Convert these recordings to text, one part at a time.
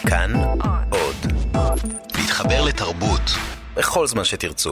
כאן עוד. להתחבר לתרבות בכל זמן שתרצו.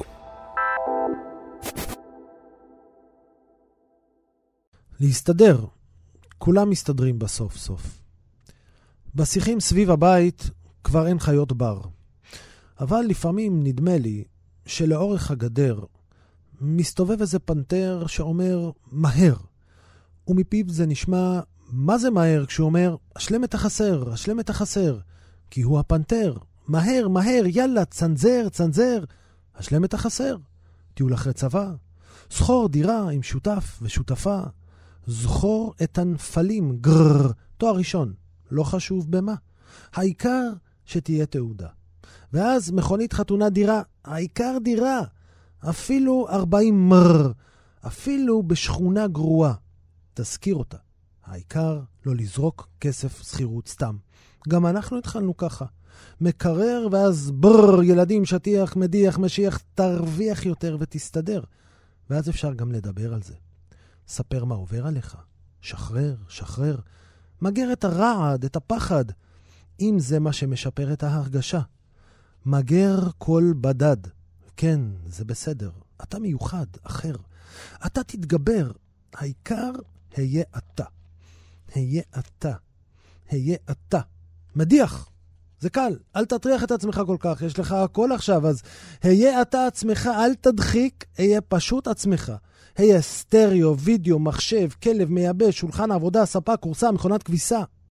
להסתדר. כולם מסתדרים בסוף סוף. בשיחים סביב הבית כבר אין חיות בר. אבל לפעמים נדמה לי שלאורך הגדר מסתובב איזה פנתר שאומר מהר. ומפיו זה נשמע מה זה מהר כשהוא אומר השלם את החסר, השלם את החסר. כי הוא הפנתר. מהר, מהר, יאללה, צנזר, צנזר. השלם את החסר. טיול אחרי צבא. זכור דירה עם שותף ושותפה. זכור את הנפלים, גרר, תואר ראשון, לא חשוב במה. העיקר שתהיה תעודה. ואז מכונית חתונה דירה, העיקר דירה. אפילו 40 מר, אפילו בשכונה גרועה. תזכיר אותה. העיקר לא לזרוק כסף שכירות סתם. גם אנחנו התחלנו ככה. מקרר ואז ברר, ילדים, שטיח, מדיח, משיח, תרוויח יותר ותסתדר. ואז אפשר גם לדבר על זה. ספר מה עובר עליך. שחרר, שחרר. מגר את הרעד, את הפחד. אם זה מה שמשפר את ההרגשה. מגר כל בדד. כן, זה בסדר. אתה מיוחד, אחר. אתה תתגבר. העיקר, היה אתה. היה אתה. היה אתה. מדיח. זה קל. אל תטריח את עצמך כל כך. יש לך הכל עכשיו. אז היה אתה עצמך. אל תדחיק. היה פשוט עצמך. היה סטריאו, וידאו, מחשב, כלב, מייבש, שולחן עבודה, ספה, קורסה, מכונת כביסה.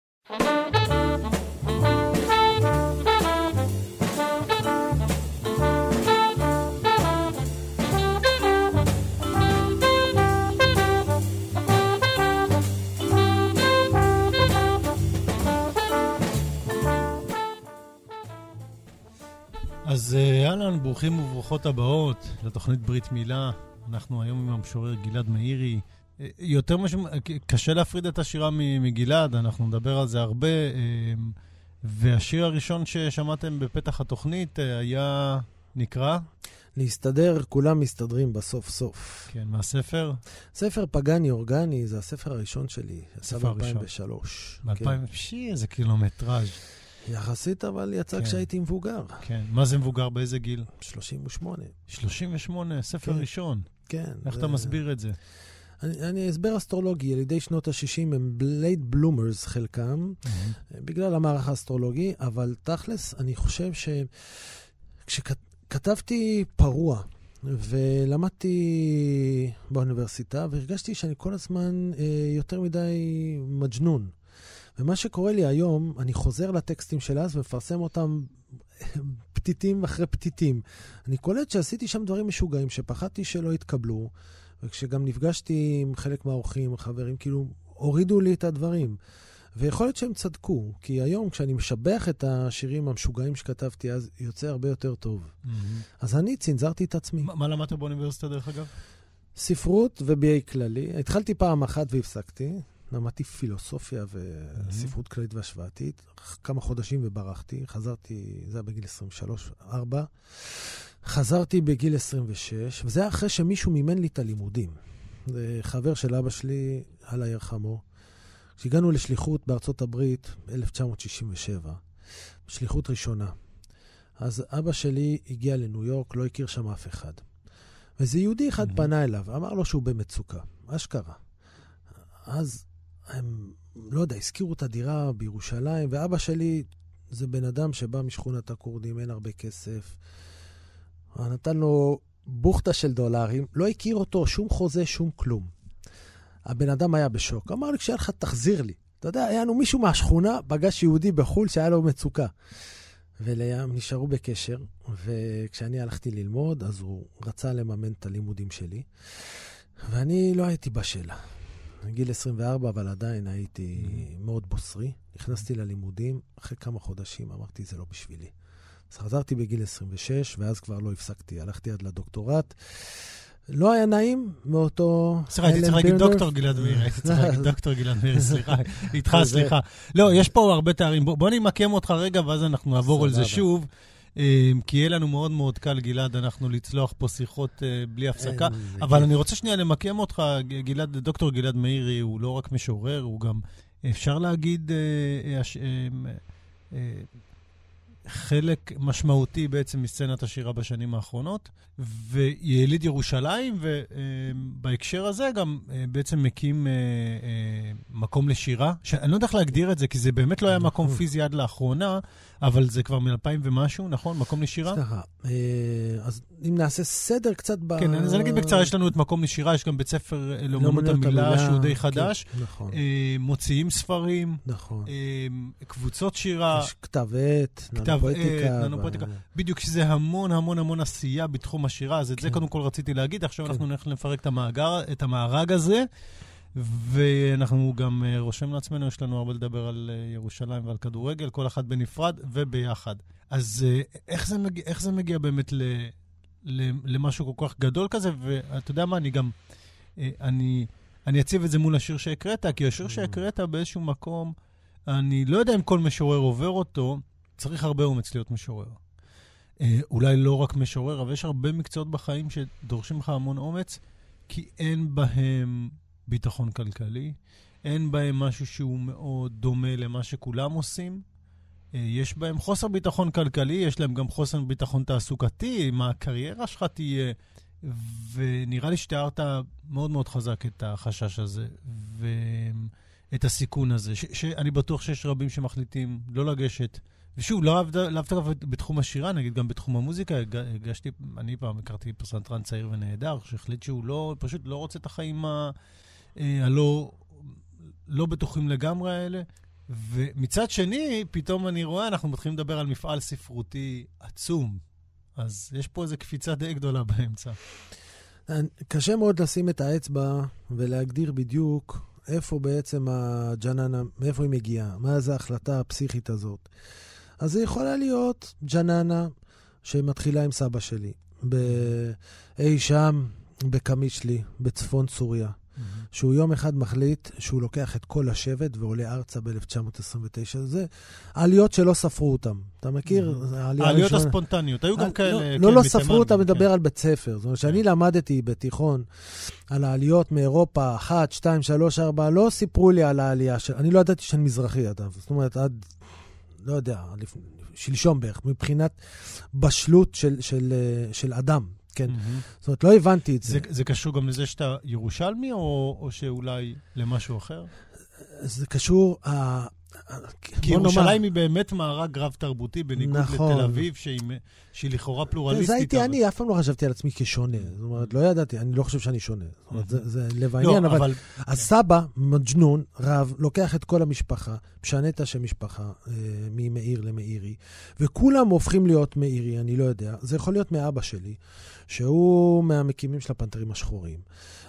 אז אהלן, ברוכים וברוכות הבאות לתוכנית ברית מילה. אנחנו היום עם המשורר גלעד מאירי. יותר משהו, קשה להפריד את השירה מגלעד, אנחנו נדבר על זה הרבה. והשיר הראשון ששמעתם בפתח התוכנית היה נקרא? להסתדר, כולם מסתדרים בסוף סוף. כן, מהספר? ספר פגני אורגני, זה הספר הראשון שלי. הספר הראשון. ב-2003. איזה קילומטראז'. יחסית, אבל יצא כשהייתי מבוגר. כן. מה זה מבוגר? באיזה גיל? 38. 38, ספר ראשון. כן. איך אתה מסביר את זה? אני אסבר אסטרולוגי, ילידי שנות ה-60 הם בלייד בלומרס חלקם, בגלל המערך האסטרולוגי, אבל תכלס אני חושב שכשכתבתי פרוע, ולמדתי באוניברסיטה, והרגשתי שאני כל הזמן יותר מדי מג'נון. ומה שקורה לי היום, אני חוזר לטקסטים של אז ומפרסם אותם פתיתים אחרי פתיתים. אני קולט שעשיתי שם דברים משוגעים שפחדתי שלא יתקבלו, וכשגם נפגשתי עם חלק מהאורחים, חברים, כאילו הורידו לי את הדברים. ויכול להיות שהם צדקו, כי היום כשאני משבח את השירים המשוגעים שכתבתי, אז יוצא הרבה יותר טוב. אז אני צנזרתי את עצמי. מה למדת באוניברסיטה דרך אגב? ספרות וביי כללי. התחלתי פעם אחת והפסקתי. למדתי פילוסופיה וספרות כללית והשוואתית. כמה חודשים וברחתי. חזרתי, זה היה בגיל 23-4. חזרתי בגיל 26, וזה היה אחרי שמישהו מימן לי את הלימודים. זה חבר של אבא שלי, אללה ירחמו. כשהגענו לשליחות בארצות הברית, 1967, שליחות ראשונה. אז אבא שלי הגיע לניו יורק, לא הכיר שם אף אחד. וזה יהודי אחד פנה אליו, אמר לו שהוא במצוקה. אשכרה. אז הם, לא יודע, הזכירו את הדירה בירושלים, ואבא שלי זה בן אדם שבא משכונת הכורדים, אין הרבה כסף. נתן לו בוכתה של דולרים, לא הכיר אותו, שום חוזה, שום כלום. הבן אדם היה בשוק. אמר לי, כשהיה לך תחזיר לי. אתה יודע, היה לנו מישהו מהשכונה, פגש יהודי בחול שהיה לו מצוקה. והם נשארו בקשר, וכשאני הלכתי ללמוד, אז הוא רצה לממן את הלימודים שלי, ואני לא הייתי בשלה. גיל 24, אבל עדיין הייתי מאוד בוסרי. נכנסתי ללימודים, אחרי כמה חודשים אמרתי, זה לא בשבילי. אז חזרתי בגיל 26, ואז כבר לא הפסקתי. הלכתי עד לדוקטורט. לא היה נעים מאותו... הייתי צריך להגיד דוקטור גלעד מאירי. הייתי צריך להגיד דוקטור גלעד מאירי, סליחה. איתך, סליחה. לא, יש פה הרבה תארים. בוא נמקם אותך רגע, ואז אנחנו נעבור על זה שוב. כי יהיה לנו מאוד מאוד קל, גלעד, אנחנו לצלוח פה שיחות בלי הפסקה. אבל אני רוצה שנייה למקם אותך, גלעד, דוקטור גלעד מאירי, הוא לא רק משורר, הוא גם, אפשר להגיד, חלק משמעותי בעצם מסצנת השירה בשנים האחרונות, ויליד ירושלים, ובהקשר הזה גם בעצם מקים מקום לשירה, שאני לא יודע איך להגדיר את זה, כי זה באמת לא היה מקום פיזי עד לאחרונה, אבל זה כבר מ-2000 ומשהו, נכון? מקום לשירה? סליחה, אז אם נעשה סדר קצת כן, אז אני אגיד בקצרה, יש לנו את מקום לשירה, יש גם בית ספר לאמנות המילה, שהוא די חדש. נכון. מוציאים ספרים. נכון. קבוצות שירה. יש כתב עת, ננופואטיקה. בדיוק, שזה המון המון המון עשייה בתחום השירה, אז את זה קודם כל רציתי להגיד, עכשיו אנחנו נלך לפרק את המארג הזה, ואנחנו גם רושם לעצמנו, יש לנו הרבה לדבר על ירושלים ועל כדורגל, כל אחד בנפרד וביחד. אז איך זה מגיע באמת למשהו כל כך גדול כזה, ואתה יודע מה, אני אציב את זה מול השיר שהקראת, כי השיר שהקראת באיזשהו מקום, אני לא יודע אם כל משורר עובר אותו, צריך הרבה אומץ להיות משורר. אולי לא רק משורר, אבל יש הרבה מקצועות בחיים שדורשים לך המון אומץ, כי אין בהם ביטחון כלכלי, אין בהם משהו שהוא מאוד דומה למה שכולם עושים, יש בהם חוסר ביטחון כלכלי, יש להם גם חוסר ביטחון תעסוקתי, מה הקריירה שלך תהיה, ונראה לי שתיארת מאוד מאוד חזק את החשש הזה, ואת הסיכון הזה, שאני בטוח שיש רבים שמחליטים לא לגשת, ושוב, לא דווקא בתחום השירה, נגיד גם בתחום המוזיקה, אני פעם הכרתי פסנתרן צעיר ונהדר, שהחליט שהוא פשוט לא רוצה את החיים הלא בטוחים לגמרי האלה, ומצד שני, פתאום אני רואה, אנחנו מתחילים לדבר על מפעל ספרותי עצום, אז יש פה איזו קפיצה די גדולה באמצע. קשה מאוד לשים את האצבע ולהגדיר בדיוק איפה בעצם הג'ננה, מאיפה היא מגיעה, מה זה ההחלטה הפסיכית הזאת. אז זה יכולה להיות ג'ננה שמתחילה עם סבא שלי, אי שם בקמישלי, בצפון סוריה, שהוא יום אחד מחליט שהוא לוקח את כל השבט ועולה ארצה ב-1929. זה עליות שלא ספרו אותם. אתה מכיר? העליות הספונטניות. היו גם כאלה... לא ספרו אותם, מדבר על בית ספר. זאת אומרת, שאני למדתי בתיכון על העליות מאירופה, 1, 2, 3, 4, לא סיפרו לי על העלייה של... אני לא ידעתי שאני מזרחי עד. זאת אומרת, עד... לא יודע, שלשום בערך, מבחינת בשלות של אדם. כן. זאת אומרת, לא הבנתי את זה. זה קשור גם לזה שאתה ירושלמי, או שאולי למשהו אחר? זה קשור... כי ירושלים היא באמת מארג רב תרבותי, בניגוד לתל אביב, שהיא לכאורה פלורליסטית. זה הייתי אני, אף פעם לא חשבתי על עצמי כשונה. זאת אומרת, לא ידעתי, אני לא חושב שאני שונה. זאת אומרת, זה לב העניין, אבל הסבא, מג'נון, רב, לוקח את כל המשפחה, משנה את השם משפחה ממאיר למאירי, וכולם הופכים להיות מאירי, אני לא יודע. זה יכול להיות מאבא שלי, שהוא מהמקימים של הפנתרים השחורים.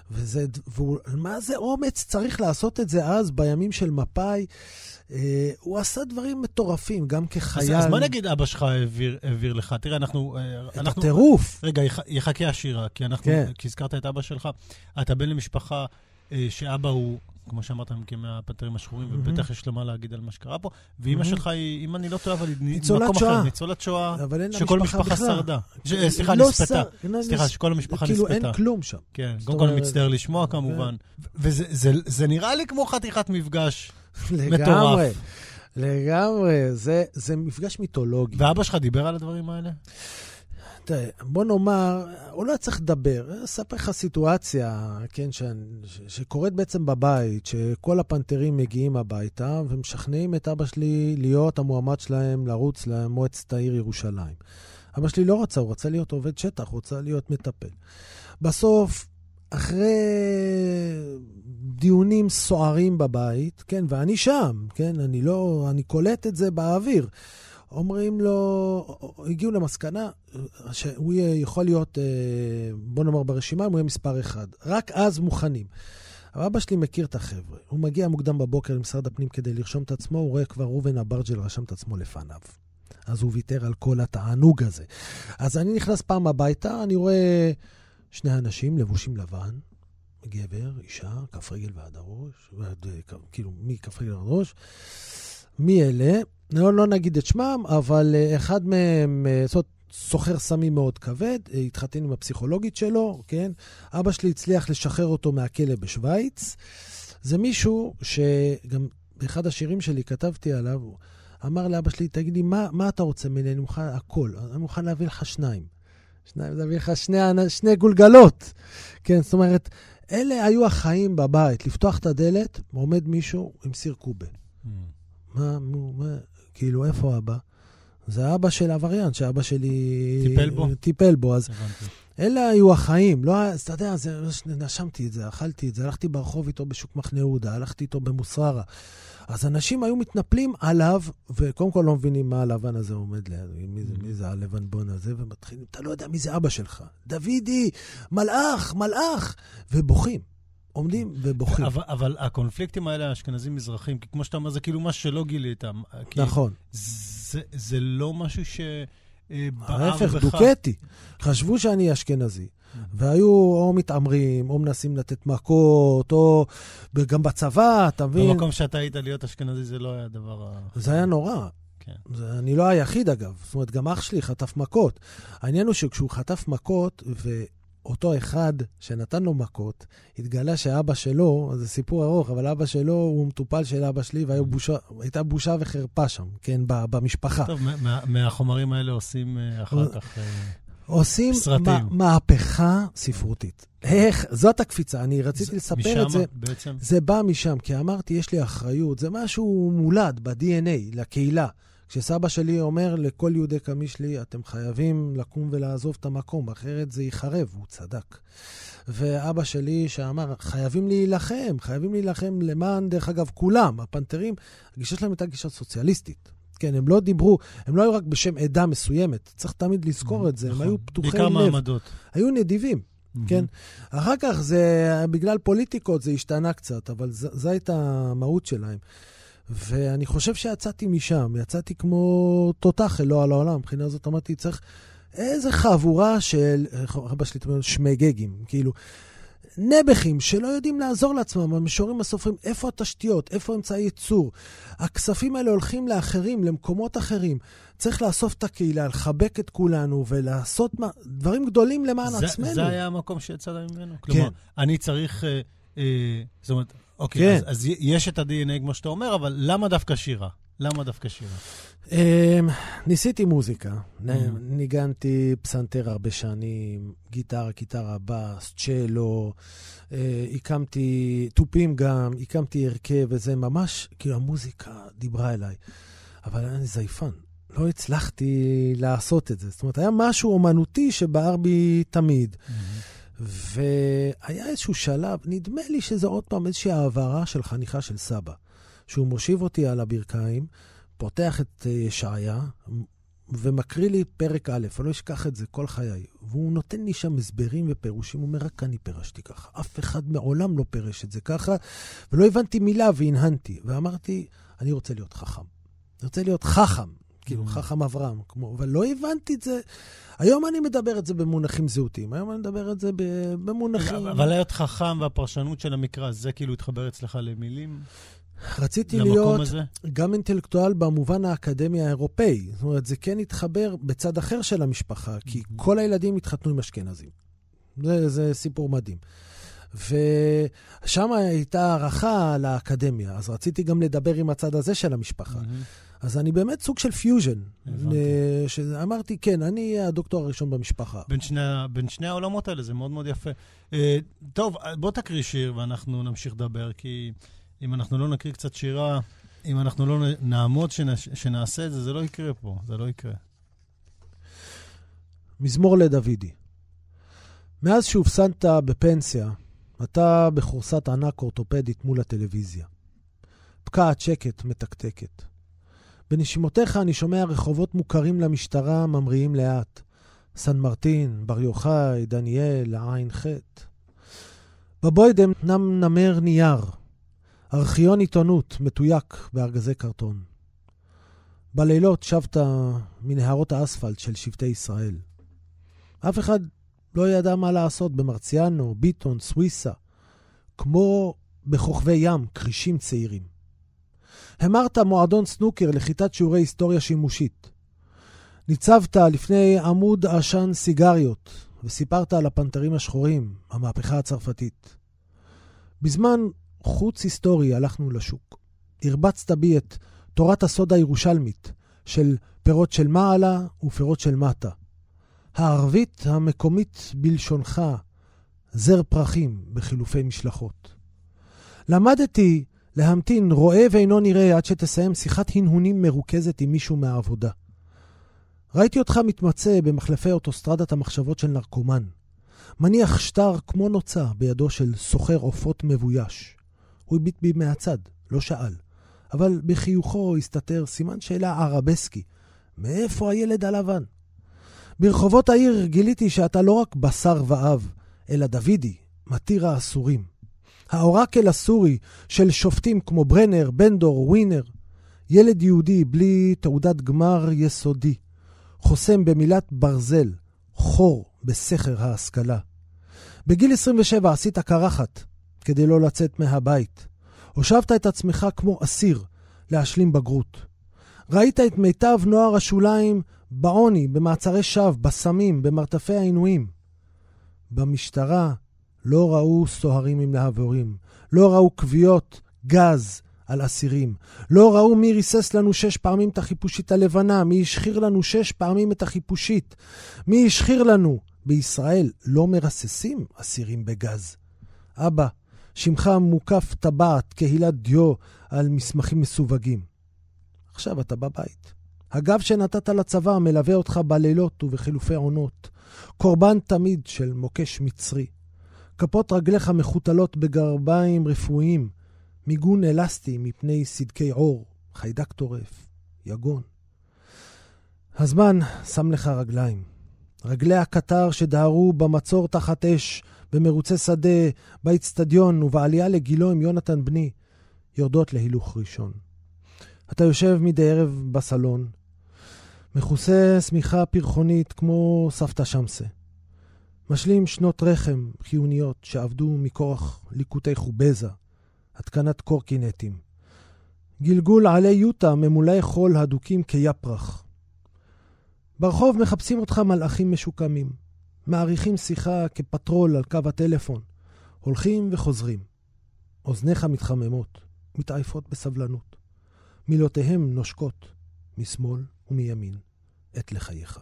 מה זה אומץ? צריך לעשות את זה אז, בימים של מפאי. הוא עשה דברים מטורפים, גם כחייל. אז מה נגיד אבא שלך העביר לך? תראה, אנחנו... את הטירוף. רגע, יחכה השירה, כי הזכרת את אבא שלך. אתה בן למשפחה שאבא הוא, כמו שאמרת, מהפנתרים השחורים, ובטח יש לו מה להגיד על מה שקרה פה. ואמא שלך היא, אם אני לא טועה, אבל היא ניצולת שואה. ניצולת שואה, שכל משפחה שרדה. סליחה, נספתה. סליחה, שכל המשפחה נספתה. כאילו אין כלום שם. כן, קודם כל מצטער לשמוע כמובן. וזה נראה לי כמו חתיכת מפגש מטורף. לגמרי. זה מפגש מיתולוגי. ואבא שלך דיבר על הדברים האלה? תראה, בוא נאמר, הוא לא צריך לדבר, אספר לך סיטואציה, כן, שקורית בעצם בבית, שכל הפנתרים מגיעים הביתה, ומשכנעים את אבא שלי להיות המועמד שלהם לרוץ למועצת העיר ירושלים. אבא שלי לא רצה, הוא רצה להיות עובד שטח, הוא רצה להיות מטפל. בסוף, אחרי דיונים סוערים בבית, כן, ואני שם, כן, אני קולט את זה באוויר. אומרים לו, הגיעו למסקנה שהוא יכול להיות, בוא נאמר ברשימה, הוא יהיה מספר 1. רק אז מוכנים. אבא שלי מכיר את החבר'ה. הוא מגיע מוקדם בבוקר למשרד הפנים כדי לרשום את עצמו, הוא רואה כבר ראובן אברג'ל רשם את עצמו לפניו. אז הוא ויתר על כל התענוג הזה. אז אני נכנס פעם הביתה, אני רואה שני אנשים לבושים לבן, גבר, אישה, כף רגל ועד הראש, כאילו מכף רגל ועד הראש. מי אלה? לא נגיד את שמם, אבל אחד מהם סוחר סמים מאוד כבד, התחתן עם הפסיכולוגית שלו, כן? אבא שלי הצליח לשחרר אותו מהכלא בשוויץ. זה מישהו שגם באחד השירים שלי כתבתי עליו, אמר לאבא שלי, תגיד לי, מה אתה רוצה ממני? אני מוכן הכל. אני מוכן להביא לך שניים, להביא לך שני גולגלות. כן, זאת אומרת, אלה היו החיים בבית. לפתוח את הדלת, עומד מישהו עם סיר קובה. כאילו, איפה אבא? זה אבא של הווריאנט, שאבא שלי טיפל בו. אז אלה היו החיים. לא, אתה יודע, נשמתי את זה, אכלתי את זה, הלכתי ברחוב איתו בשוק מחנה יהודה, הלכתי איתו במוסררה. אז אנשים היו מתנפלים עליו, וקודם כל לא מבינים מה הלבן הזה עומד ליד, מי זה הלבן בון הזה, ומתחילים, אתה לא יודע מי זה אבא שלך. דוידי, מלאך, ובוכים. עומדים ובוכים. אבל הקונפליקטים האלה, האשכנזים מזרחים, כמו שאתה אומר, זה כאילו משהו שלא גיליתם. נכון. זה לא משהו ההפך, דוקטי. חשבו שאני אשכנזי. והיו או מתאמרים, או מנסים לתת מכות, או גם בצבא, אתה מבין? במקום שאתה היית להיות אשכנזי, זה לא היה דבר... זה היה נורא. אני לא היחיד אגב. זאת אומרת, גם אח שלי חטף מכות. העניין הוא שכשהוא חטף מכות, ואותו אחד שנתן לו מכות, התגלה שאבא שלו, זה סיפור ארוך, אבל אבא שלו הוא מטופל של אבא שלי, והייתה בושה וחרפה שם, כן, במשפחה. טוב, מהחומרים האלה עושים אחר כך... עושים מהפכה ספרותית. איך? זאת הקפיצה. אני רציתי לספר את זה. בעצם? זה בא משם, כי אמרתי, יש לי אחריות. זה משהו מולד ב-DNA, לקהילה. כשסבא שלי אומר לכל יהודי קמישלי, אתם חייבים לקום ולעזוב את המקום, אחרת זה ייחרב, הוא צדק. ואבא שלי שאמר, חייבים להילחם למען, דרך אגב, כולם, הפנתרים, הגישה שלהם הייתה גישה סוציאליסטית. כן, הם לא דיברו, הם לא היו רק בשם עדה מסוימת. צריך תמיד לזכור את זה, הם היו פתוחי לב. בעיקר מעמדות. היו נדיבים, כן. אחר כך זה, בגלל פוליטיקות זה השתנה קצת, אבל זו הייתה המהות שלהם. ואני חושב שיצאתי משם, יצאתי כמו תותח אלוה על העולם. מבחינה זאת אמרתי, צריך איזה חבורה של, רבא שלי תמיד, שמגגים, כאילו, נבחים שלא יודעים לעזור לעצמם, המשוררים הסופרים, איפה התשתיות, איפה אמצעי ייצור. הכספים האלה הולכים לאחרים, למקומות אחרים. צריך לאסוף את הקהילה, לחבק את כולנו ולעשות דברים גדולים למען עצמנו. זה היה המקום שיצא ממנו. כלומר, אני צריך, זאת אומרת, אוקיי, אז יש את ה-DNA כמו שאתה אומר, אבל למה דווקא שירה? ניסיתי מוזיקה, ניגנתי פסנתר הרבה שנים, גיטרה, בס, צ'לו, הקמתי טופים גם, הקמתי הרכב וזה ממש, כאילו המוזיקה דיברה אליי, אבל אני זייפן, לא הצלחתי לעשות את זה, זאת אומרת, היה משהו אומנותי שבער בי תמיד, והיה איזשהו שלב, נדמה לי שזה עוד פעם איזושהי העברה של חניכה של סבא, שהוא מושיב אותי על הברכיים, פותח את ישעיה, ומקריא לי פרק א', אני לא אשכח את זה כל חיי. והוא נותן לי שם הסברים ופירושים, הוא אומר, רק אני פירשתי ככה. אף אחד מעולם לא פירש את זה ככה, ולא הבנתי מילה והנהנתי. ואמרתי, אני רוצה להיות חכם. אני רוצה להיות חכם, כאילו חכם אברהם, אבל לא הבנתי את זה. היום אני מדבר את זה במונחים זהותיים, היום אני מדבר את זה במונחים... אבל להיות חכם והפרשנות של המקרא, זה כאילו התחבר אצלך למילים? רציתי להיות גם אינטלקטואל במובן האקדמי האירופאי. זאת אומרת, זה כן התחבר בצד אחר של המשפחה, כי כל הילדים התחתנו עם אשכנזים. זה סיפור מדהים. ושם הייתה הערכה לאקדמיה, אז רציתי גם לדבר עם הצד הזה של המשפחה. אז אני באמת סוג של פיוז'ן. אמרתי, כן, אני הדוקטור הראשון במשפחה. בין שני העולמות האלה, זה מאוד מאוד יפה. טוב, בוא תקריא שיר ואנחנו נמשיך לדבר, כי... אם אנחנו לא נקריא קצת שירה, אם אנחנו לא נעמוד שנעשה את זה, זה לא יקרה פה, זה לא יקרה. מזמור לדוידי. מאז שהופסנת בפנסיה, אתה בחורסת ענק אורתופדית מול הטלוויזיה. פקעת שקט מתקתקת. בנשימותיך אני שומע רחובות מוכרים למשטרה ממריאים לאט. סן מרטין, בר יוחאי, דניאל, העין חט. בבוידם נמר נייר. ארכיון עיתונות מתויק בארגזי קרטון. בלילות שבת מנהרות האספלט של שבטי ישראל. אף אחד לא ידע מה לעשות במרציאנו, ביטון, סוויסה, כמו בכוכבי ים, קרישים צעירים. המרת מועדון סנוקר לכיתת שיעורי היסטוריה שימושית. ניצבת לפני עמוד עשן סיגריות וסיפרת על הפנתרים השחורים, המהפכה הצרפתית. בזמן חוץ היסטורי הלכנו לשוק. הרבצת בי את תורת הסוד הירושלמית של פירות של מעלה ופירות של מטה. הערבית המקומית בלשונך, זר פרחים בחילופי משלחות. למדתי להמתין רואה ואינו נראה עד שתסיים שיחת הנהונים מרוכזת עם מישהו מהעבודה. ראיתי אותך מתמצא במחלפי אוטוסטרדת המחשבות של נרקומן. מניח שטר כמו נוצה בידו של סוחר עופות מבויש. הוא הביט בי מהצד, לא שאל. אבל בחיוכו הסתתר סימן שאלה ערבסקי. מאיפה הילד הלבן? ברחובות העיר גיליתי שאתה לא רק בשר ואב, אלא דוידי, מתיר האסורים. האורקל הסורי של שופטים כמו ברנר, בנדור, ווינר. ילד יהודי בלי תעודת גמר יסודי. חוסם במילת ברזל, חור בסכר ההשכלה. בגיל 27 עשית קרחת כדי לא לצאת מהבית. הושבת את עצמך כמו אסיר להשלים בגרות. ראית את מיטב נוער השוליים בעוני, במעצרי שווא, בסמים, במרתפי העינויים. במשטרה לא ראו סוהרים עם להבורים, לא ראו קביעות גז על אסירים, לא ראו מי ריסס לנו 6 פעמים את החיפושית הלבנה, מי השחיר לנו 6 פעמים את החיפושית, מי השחיר לנו. בישראל לא מרססים אסירים בגז. אבא, שמך מוקף טבעת קהילת דיו על מסמכים מסווגים. עכשיו אתה בבית. הגב שנתת לצבא מלווה אותך בלילות ובחילופי עונות. קורבן תמיד של מוקש מצרי. כפות רגליך מחוטלות בגרביים רפואיים. מיגון אלסטי מפני סדקי עור. חיידק טורף. יגון. הזמן שם לך רגליים. רגלי הקטר שדהרו במצור תחת אש, במרוצי שדה, באצטדיון ובעלייה לגילו עם יונתן בני, יורדות להילוך ראשון. אתה יושב מדי ערב בסלון, מכוסה סמיכה פרחונית כמו סבתא שמסה. משלים שנות רחם חיוניות שעבדו מכורח ליקוטי חובזה, התקנת קורקינטים. גלגול עלי יוטה ממולאי חול הדוקים כיפרח. ברחוב מחפשים אותך מלאכים משוקמים. מעריכים שיחה כפטרול על קו הטלפון. הולכים וחוזרים. אוזניך מתחממות, מתעייפות בסבלנות. מילותיהם נושקות, משמאל ומימין, את לחייך.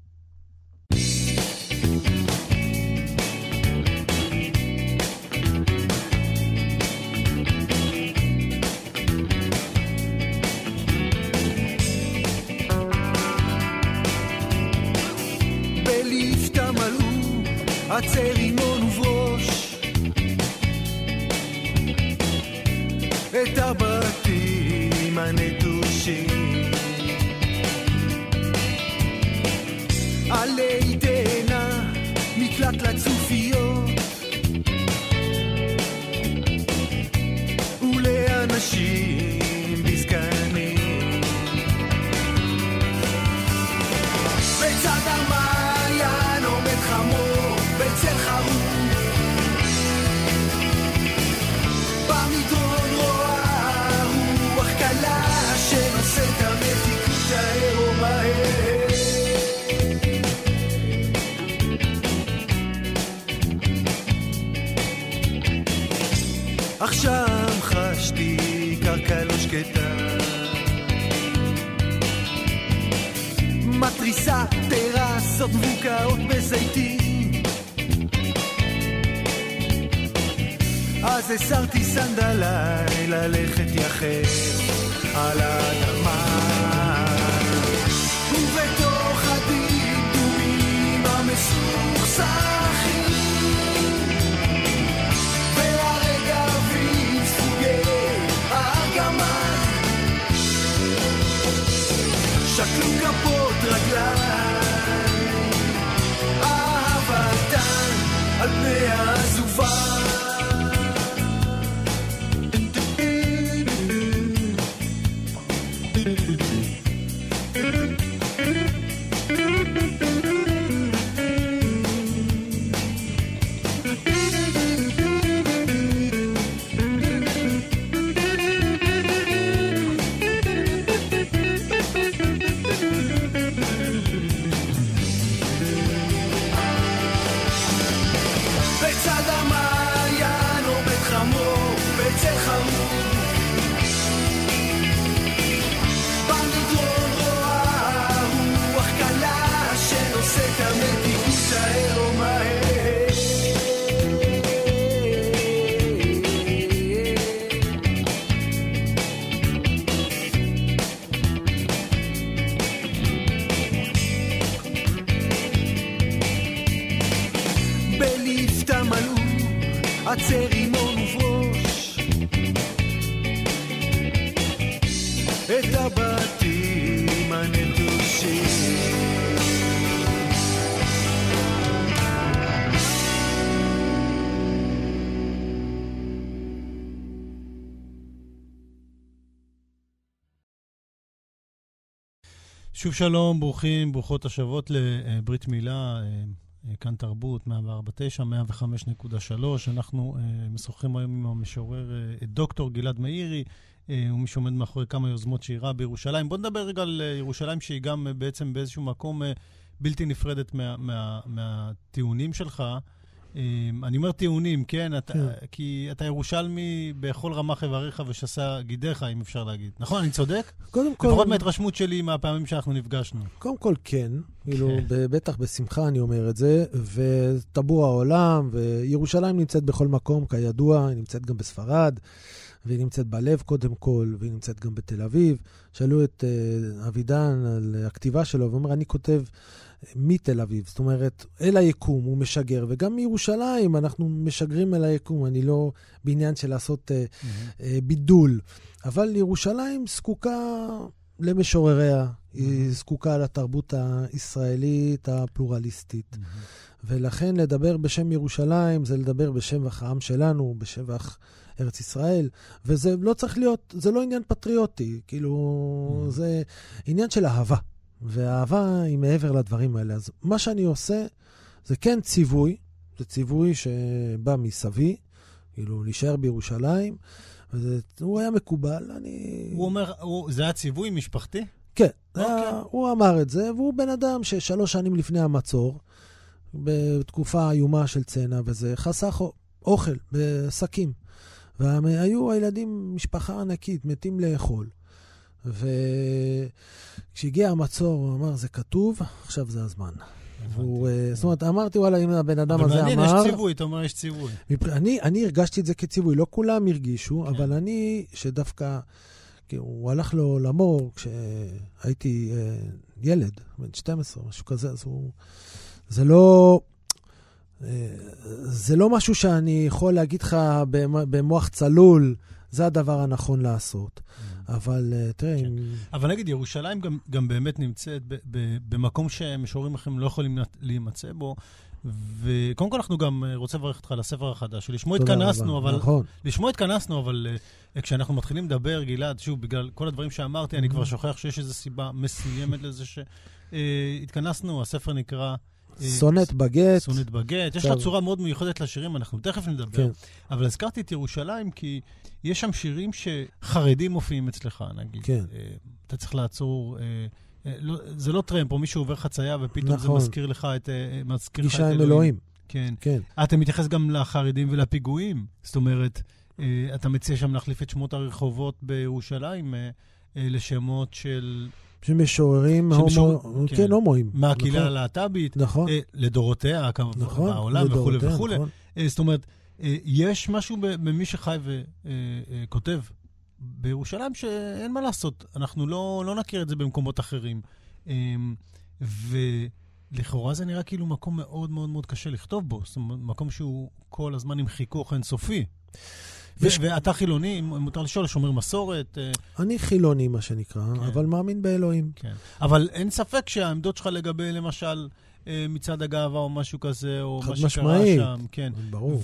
עצר רימון וברוש את הבתים הנטושים עלי תאנה מקלט לצופיות ולאנשים בזקנים בצד המעיין עומד חמור בצל חרום במדרון רואה רוח קלה שנושא את המתיקות העירום מהר עכשיו חשתי קרקע לא שקטה מטריסה טרסות מבוקעות בזיתים אז הסרתי סנדליי ללכת יחף על האדמה ובתוך הדיבורים המסוכסכים והרגבים ספוגי הארגמן שקלו כפות רגליים אהבתן על פני העזובה בצד עצר רימון וברוש את הבתים הנטושים. שוב שלום, ברוכים, ברוכות השבות לברית מילה, כאן תרבות, 104.9, 105.3. אנחנו משוחחים היום עם המשורר דוקטור גלעד מאירי, ומי שעומד מאחורי כמה יוזמות שירה בירושלים. בוא נדבר רגע על ירושלים, שהיא גם בעצם באיזשהו מקום בלתי נפרדת מהטיעונים שלך. אני אומר טיעונים, כן? כי אתה ירושלמי בכל רמ"ח איבריך ושסה גידיך, אם אפשר להגיד. נכון, אני צודק? קודם כל... לפחות מההתרשמות שלי מהפעמים שאנחנו נפגשנו. קודם כל כן, בטח בשמחה אני אומר את זה, וטבור העולם, וירושלים נמצאת בכל מקום, כידוע, היא נמצאת גם בספרד, והיא נמצאת בלב קודם כל, והיא נמצאת גם בתל אביב. שאלו את אבידן על הכתיבה שלו, ואומר, אני כותב מתל אביב, זאת אומרת, אל היקום הוא משגר, וגם מירושלים אנחנו משגרים אל היקום, אני לא בעניין של לעשות בידול, אבל ירושלים זקוקה למשורריה, היא זקוקה לתרבות הישראלית הפלורליסטית, ולכן לדבר בשם ירושלים זה לדבר בשבח העם שלנו, בשבח ארץ ישראל, וזה לא צריך להיות, זה לא עניין פטריוטי, כאילו זה עניין של אהבה. והאהבה היא מעבר לדברים האלה. אז מה שאני עושה, זה כן ציווי, זה ציווי שבא מסבי, כאילו להישאר בירושלים, הוא היה מקובל, הוא אומר, זה היה ציווי משפחתי? כן, הוא אמר את זה, והוא בן אדם ש3 שנים לפני המצור, בתקופה איומה של צנע, וזה חסך אוכל בסקים. והיו הילדים משפחה ענקית, מתים לאכול. וכשהגיע המצור, הוא אמר, זה כתוב, עכשיו זה הזמן. זאת אומרת, אמרתי, וואלה, אם הבן אדם הזה אמר... אבל מעניין, יש ציווי, אתה אומר, יש ציווי. אני הרגשתי את זה כציווי, לא כולם הרגישו, אבל אני, שדווקא, הוא הלך לו למור, כשהייתי ילד, בן 12, משהו כזה, אז זה לא משהו שאני יכול להגיד לך במוח צלול, זה הדבר הנכון לעשות. אבל תראה... אבל נגיד, ירושלים גם באמת נמצאת במקום שמשוררים אחרים לא יכולים להימצא בו, וקודם כל אנחנו גם רוצים לברך אותך לספר החדש, שלשמו התכנסנו, אבל כשאנחנו מתחילים לדבר, גלעד, שוב, בגלל כל הדברים שאמרתי, אני כבר שוכח שיש איזו סיבה מסוימת לזה שהתכנסנו, הספר נקרא... סונט בגט. סונט בגט. יש לה צורה מאוד מיוחדת לשירים, אנחנו תכף נדבר. אבל הזכרתי את ירושלים כי יש שם שירים שחרדים מופיעים אצלך, נגיד. אתה צריך לעצור, זה לא טרמפ, או מישהו עובר חצייה ופתאום זה מזכיר לך את גישה עם אלוהים. כן. אתה מתייחס גם לחרדים ולפיגועים. זאת אומרת, אתה מציע שם להחליף את שמות הרחובות בירושלים לשמות של... שמשוררים הומואים. מהקהילה הלהט"בית, לדורותיה, בעולם וכו' וכו'. זאת אומרת, יש משהו במי שחי וכותב בירושלים שאין מה לעשות. אנחנו לא נכיר את זה במקומות אחרים. ולכאורה זה נראה כאילו מקום מאוד מאוד מאוד קשה לכתוב בו. זאת אומרת, מקום שהוא כל הזמן עם חיכוך אינסופי. ואתה חילוני, אם מותר לשאול, שומר מסורת? אני חילוני, מה שנקרא, אבל מאמין באלוהים. אבל אין ספק שהעמדות שלך לגבי, למשל, מצד הגאווה או משהו כזה, או מה שקרה שם. כן. ברור.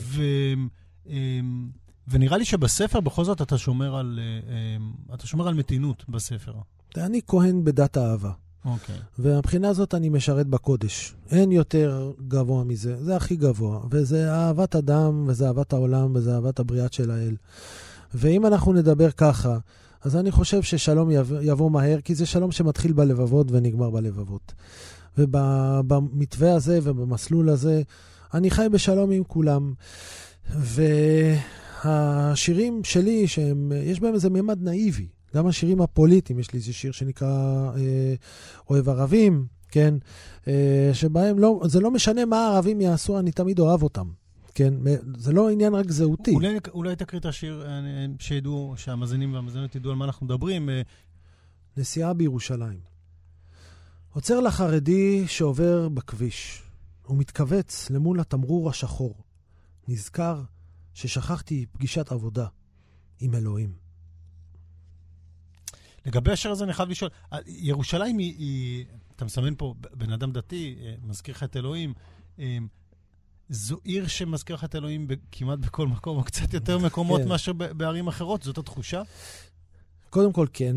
ונראה לי שבספר, בכל זאת, אתה שומר על מתינות בספר. אני כהן בדת האהבה. והבחינה הזאת אני משרת בקודש. אין יותר גבוה מזה. זה הכי גבוה. וזה אהבת אדם, וזה אהבת העולם, וזה אהבת הבריאת של האל. ואם אנחנו נדבר ככה, אז אני חושב ששלום יבוא מהר, כי זה שלום שמתחיל בלבבות ונגמר בלבבות. ובמתווה הזה ובמסלול הזה, אני חי בשלום עם כולם. והשירים שלי, יש בהם איזה ממד נאיבי. גם השירים הפוליטיים, יש לי איזה שיר שנקרא אוהב ערבים, כן? שבהם זה לא משנה מה הערבים יעשו, אני תמיד אוהב אותם, כן? זה לא עניין רק זהותי. אולי תקריא את השיר שידעו, שהמאזינים והמאזינות ידעו על מה אנחנו מדברים. נסיעה בירושלים. עוצר לחרדי שעובר בכביש, הוא מתכווץ למול התמרור השחור. נזכר ששכחתי פגישת עבודה עם אלוהים. לגבי השיר הזה אני חייב לשאול, ירושלים היא, אתה מסמן פה בן אדם דתי, מזכיר לך את אלוהים, זו עיר שמזכיר לך את אלוהים כמעט בכל מקום, או קצת יותר מקומות מאשר בערים אחרות, זאת התחושה? קודם כל כן.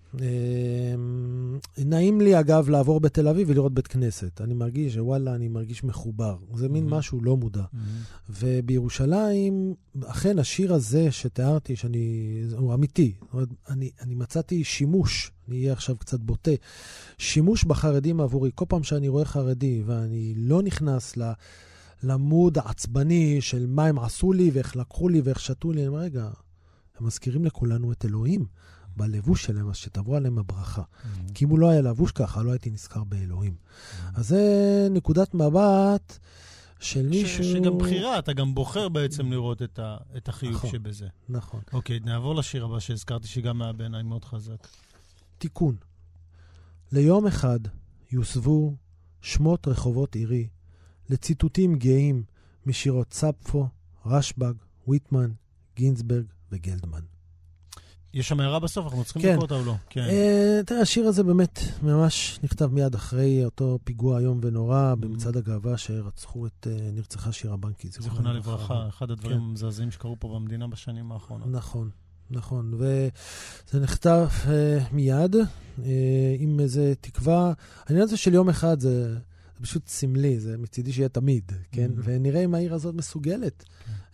נעים לי אגב לעבור בתל אביב ולראות בית כנסת. אני מרגיש שוואלה, אני מרגיש מחובר. זה מין משהו לא מודע. ובירושלים, אכן השיר הזה שתיארתי, הוא אמיתי. אני מצאתי שימוש, אני אהיה עכשיו קצת בוטה, שימוש בחרדים עבורי. כל פעם שאני רואה חרדי ואני לא נכנס למוד העצבני של מה הם עשו לי ואיך לקחו לי ואיך שתו לי, אני אומר, רגע, הם מזכירים לכולנו את אלוהים. בלבוש שלהם, אז שתבוא עליהם הברכה. כי אם הוא לא היה לבוש ככה, לא הייתי נזכר באלוהים. אז זה נקודת מבט של מישהו... שגם בחירה, אתה גם בוחר בעצם לראות את החיוב נכון, שבזה. נכון. אוקיי, נעבור לשיר הבא שהזכרתי, שגם היה בעיניי מאוד חזק. תיקון. ליום אחד יוסבו שמות רחובות עירי, לציטוטים גאים משירות ספפו, רשב"ג, ויטמן, גינסברג וגלדמן. יש שם הערה בסוף, אנחנו צריכים לקרוא אותה או לא? כן. תראה, השיר הזה באמת ממש נכתב מיד אחרי אותו פיגוע היום ונורא במצעד הגאווה שרצחו את נרצחה שירה בנקי. זיכרונה לברכה, אחד הדברים המזעזעים שקרו פה במדינה בשנים האחרונות. נכון, נכון. וזה נכתב מיד עם איזה תקווה. העניין הזה של יום אחד זה פשוט סמלי, זה מצידי שיהיה תמיד, כן? ונראה אם העיר הזאת מסוגלת.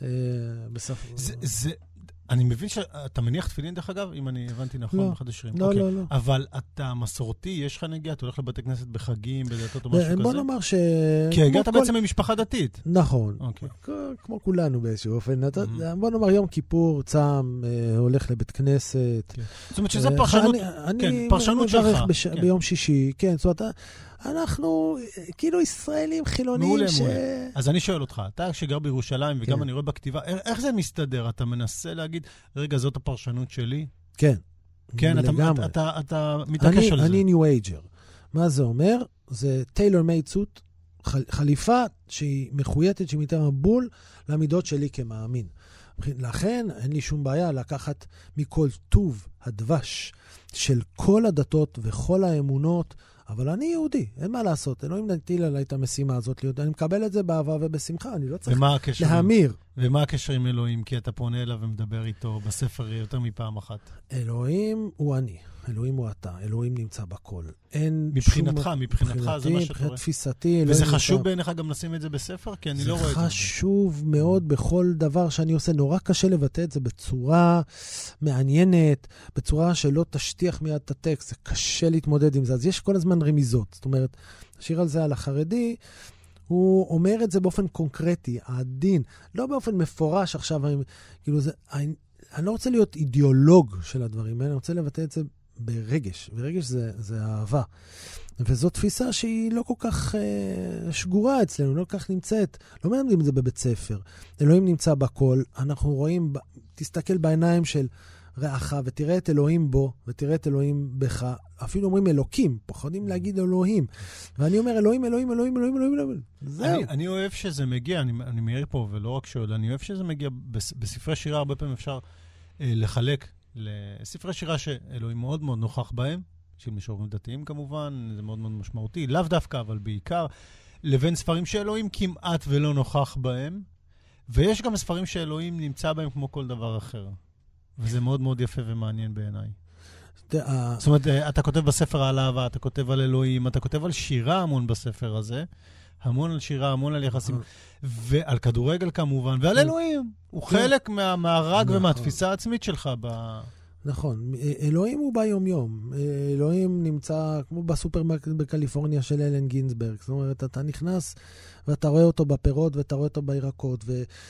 אני מבין שאתה מניח תפילין דרך אגב, אם אני הבנתי נכון באחד השירים. לא, לא, לא. אבל אתה מסורתי, יש לך נגיעה, אתה הולך לבתי כנסת בחגים, בדתות או משהו כזה? בוא נאמר כי הגעת בעצם ממשפחה דתית. נכון. כמו כולנו באיזשהו אופן. בוא נאמר יום כיפור, צם, הולך לבית כנסת. זאת אומרת שזה פרשנות שלך. אני מברך ביום שישי, כן, זאת אומרת, אנחנו כאילו ישראלים חילונים אז אני שואל אותך, אתה שגר בירושלים וגם אני רואה בכתיבה, איך זה מסתדר? אתה מנסה להגיד, רגע, זאת הפרשנות שלי? כן. כן, אתה מתעקש על זה. אני ניו אייג'ר. מה זה אומר? זה טיילור מייד סוט, חליפה שהיא מחויטת, שהיא מתאר מבול למידות שלי כמאמין. לכן אין לי שום בעיה לקחת מכל טוב הדבש של כל הדתות וכל האמונות, אבל אני יהודי, אין מה לעשות. אלוהים נטיל עליי את המשימה הזאת להיות. אני מקבל את זה באהבה ובשמחה, אני לא צריך להמיר. ומה הקשר עם אלוהים? כי אתה פונה אליו ומדבר איתו בספר יותר מפעם אחת. אלוהים הוא אני, אלוהים הוא אתה, אלוהים נמצא בכל. מבחינתך זה מה שאתה רואה. תפיסתי. וזה חשוב בעיניך גם לשים את זה בספר? כי אני לא רואה את זה. זה חשוב מאוד בכל דבר שאני עושה. נורא קשה לבטא את זה בצורה מעניינת, בצורה שלא תשטיח מיד את הטקסט. זה קשה להתמודד עם זה. אז יש כל הזמן רמיזות. זאת אומרת, השיר על זה על החרדי, הוא אומר את זה באופן קונקרטי, העדין, לא באופן מפורש עכשיו, כאילו זה, אני לא רוצה להיות אידיאולוג של הדברים, אני רוצה לבטא את זה ברגש, ורגש זה אהבה. וזו תפיסה שהיא לא כל כך שגורה אצלנו, לא כל כך נמצאת, לא מלמדים את זה בבית ספר. אלוהים נמצא בכל, אנחנו רואים, תסתכל בעיניים של רעך, ותראה את אלוהים בו, ותראה את אלוהים בך. אפילו אומרים אלוקים, פוחדים להגיד אלוהים. ואני אומר אלוהים, אלוהים, אלוהים, אלוהים, אלוהים, אלוהים. זהו. אני אוהב שזה מגיע, אני מעיר פה ולא רק שואל, אני אוהב שזה מגיע, בספרי שירה הרבה פעמים אפשר לחלק לספרי שירה שאלוהים מאוד מאוד נוכח בהם, של משוררים דתיים כמובן, זה מאוד מאוד משמעותי, לאו דווקא, אבל בעיקר, לבין ספרים שאלוהים כמעט ולא נוכח בהם, ויש גם ספרים שאלוהים נמצא בהם כמו כל דבר אחר. וזה מאוד מאוד יפה ומעניין בעיניי. זאת אומרת, אתה כותב בספר על אהבה, אתה כותב על אלוהים, אתה כותב על שירה המון בספר הזה, המון על שירה, המון על יחסים, ועל כדורגל כמובן, ועל אלוהים. הוא חלק מהמארג ומהתפיסה העצמית שלך. נכון, אלוהים הוא ביום-יום. אלוהים נמצא כמו בסופרמרקט בקליפורניה של אלן גינסברג. זאת אומרת, אתה נכנס ואתה רואה אותו בפירות ואתה רואה אותו בירקות,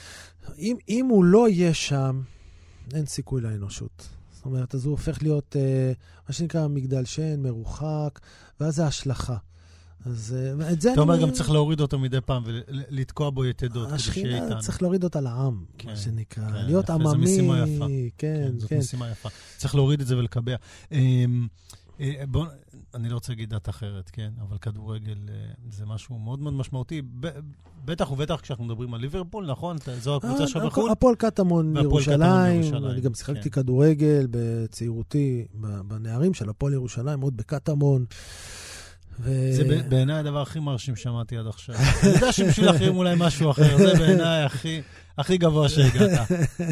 ואם הוא לא יהיה שם, אין סיכוי לאנושות. זאת אומרת, אז הוא הופך להיות, מה שנקרא, מגדל שן, מרוחק, ואז זה השלכה. אז את זה אתה אומר, גם צריך להוריד אותו מדי פעם ולתקוע בו יתדות. השכינה צריך להוריד אותה לעם, מה שנקרא. להיות עממי. זו משימה יפה. כן, זאת משימה יפה. צריך להוריד את זה ולקבע. בוא, אני לא רוצה להגיד דת אחרת, כן? אבל כדורגל זה משהו מאוד מאוד משמעותי. בטח ובטח כשאנחנו מדברים על ליברפול, נכון? זו הקבוצה שבחול? הפועל קטמון ירושלים. אני גם שיחקתי כדורגל בצעירותי, בנערים של הפועל ירושלים, עוד בקטמון. זה בעיניי הדבר הכי מרשים שמעתי עד עכשיו. אני יודע שבשביל אחרים אולי משהו אחר. זה בעיניי הכי גבוה שהגעת.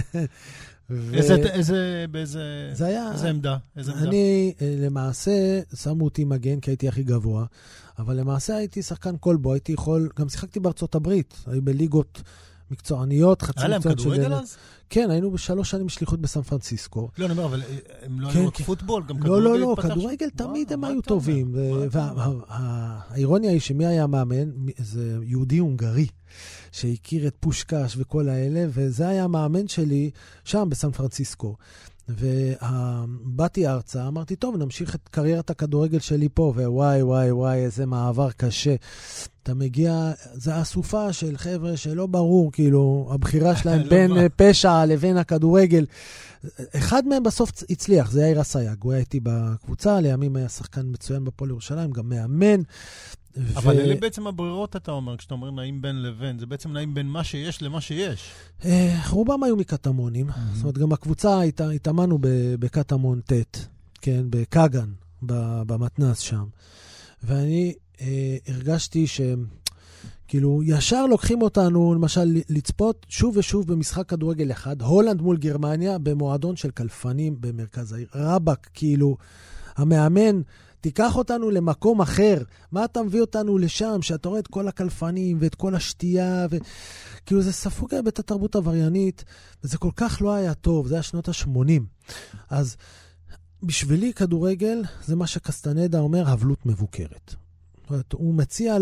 איזה עמדה? אני למעשה שמו אותי מגן כי הייתי הכי גבוה, אבל למעשה הייתי שחקן קולבו, הייתי יכול, גם שיחקתי בארצות הברית, היו בליגות מקצועניות, חצי היה להם כדורגל אז? כן, היינו ב3 שנים שליחות בסן פרנסיסקו. לא, אני אומר, אבל הם לא היו פוטבול, גם כדורגל לא, לא, כדורגל תמיד הם היו טובים. והאירוניה היא שמי היה מאמן, זה יהודי הונגרי, שהכיר את פושקש וכל האלה, וזה היה המאמן שלי שם בסן פרנסיסקו. ובאתי ארצה, אמרתי, טוב, נמשיך את קריירת הכדורגל שלי פה, ווואי, וואי, וואי, איזה מעבר קשה. אתה מגיע, זה אסופה של חבר'ה שלא ברור, כאילו, הבחירה שלהם בין פשע לבין הכדורגל. אחד מהם בסוף הצליח, זה יאיר אסייג. הוא היה איתי בקבוצה, לימים היה שחקן מצוין בפועל ירושלים, גם מאמן. אבל אלה בעצם הברירות, אתה אומר, כשאתה אומר נעים בין לבין, זה בעצם נעים בין מה שיש למה שיש. רובם היו מקטמונים, זאת אומרת, גם הקבוצה התאמנו בקטמון ט', כן, בקגן, במתנס שם. ואני הרגשתי כאילו ישר לוקחים אותנו, למשל, לצפות שוב ושוב במשחק כדורגל אחד, הולנד מול גרמניה, במועדון של קלפנים במרכז העיר. רבק, כאילו, המאמן, תיקח אותנו למקום אחר. מה אתה מביא אותנו לשם, שאתה רואה את כל הקלפנים ואת כל השתייה, כאילו זה ספוג את התרבות העבריינית, וזה כל כך לא היה טוב, זה היה שנות ה-80. אז בשבילי כדורגל, זה מה שקסטנדה אומר, הבלות מבוקרת. הוא מציע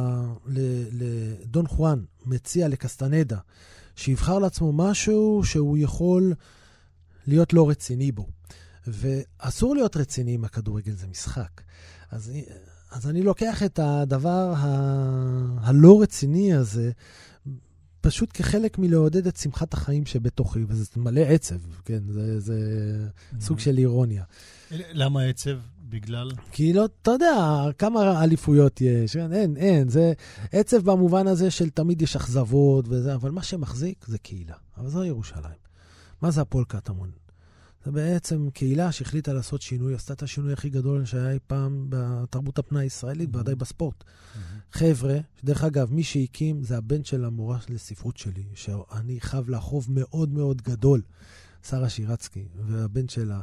לדון חואן, מציע לקסטנדה, שיבחר לעצמו משהו שהוא יכול להיות לא רציני בו. ואסור להיות רציני עם הכדורגל, זה משחק. אז אני לוקח את הדבר הלא רציני הזה, פשוט כחלק מלעודד את שמחת החיים שבתוכי, וזה מלא עצב, כן? זה סוג של אירוניה. למה עצב? בגלל? כי לא, אתה יודע, כמה אליפויות יש, אין, זה עצב במובן הזה של תמיד יש אכזבות וזה, אבל מה שמחזיק זה קהילה. אבל זו ירושלים. מה זה הפועל קטמון? זה בעצם קהילה שהחליטה לעשות שינוי, עשתה את השינוי הכי גדול שהיה פעם בתרבות הפנאי הישראלית, ועדיין בספורט. חבר'ה, דרך אגב, מי שהקים זה הבן של המורה לספרות שלי, שאני חייב לחוב מאוד מאוד גדול, שרה שירצקי, והבן שלה,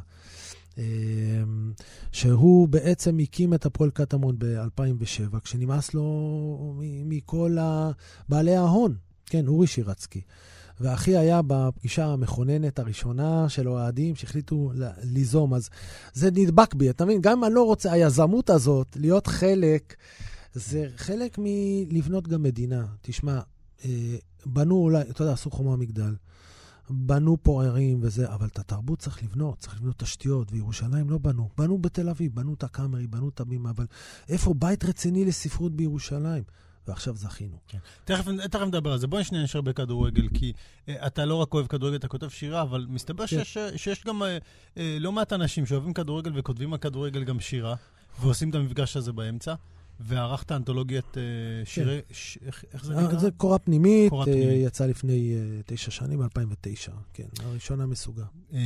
שהוא בעצם הקים את הפועל קטמון ב-2007, כשנמאס לו מכל בעלי ההון, כן, אורי שירצקי. ואחי היה בפגישה המכוננת הראשונה של אוהדים שהחליטו ליזום, אז זה נדבק בי, אתה מבין? גם אם אני לא רוצה, היזמות הזאת, להיות חלק, זה חלק מלבנות גם מדינה. תשמע, בנו אולי, אתה יודע, עשו חומה מגדל, בנו פה ערים וזה, אבל את התרבות צריך לבנות תשתיות, וירושלים לא בנו. בנו בתל אביב, בנו את הקאמרי, בנו את הבימה, אבל איפה בית רציני לספרות בירושלים? ועכשיו זכינו. כן. תכף נדבר על זה. בואי שניה נשאר בכדורגל, כי אתה לא רק אוהב כדורגל, אתה כותב שירה, אבל מסתבר שיש גם לא מעט אנשים שאוהבים כדורגל וכותבים על כדורגל גם שירה, ועושים את המפגש הזה באמצע, וערכת אנתולוגיית שירי, איך זה נקרא? זה קורה פנימית, יצא לפני 9 שנים, 2009, כן, הראשונה מסוגה.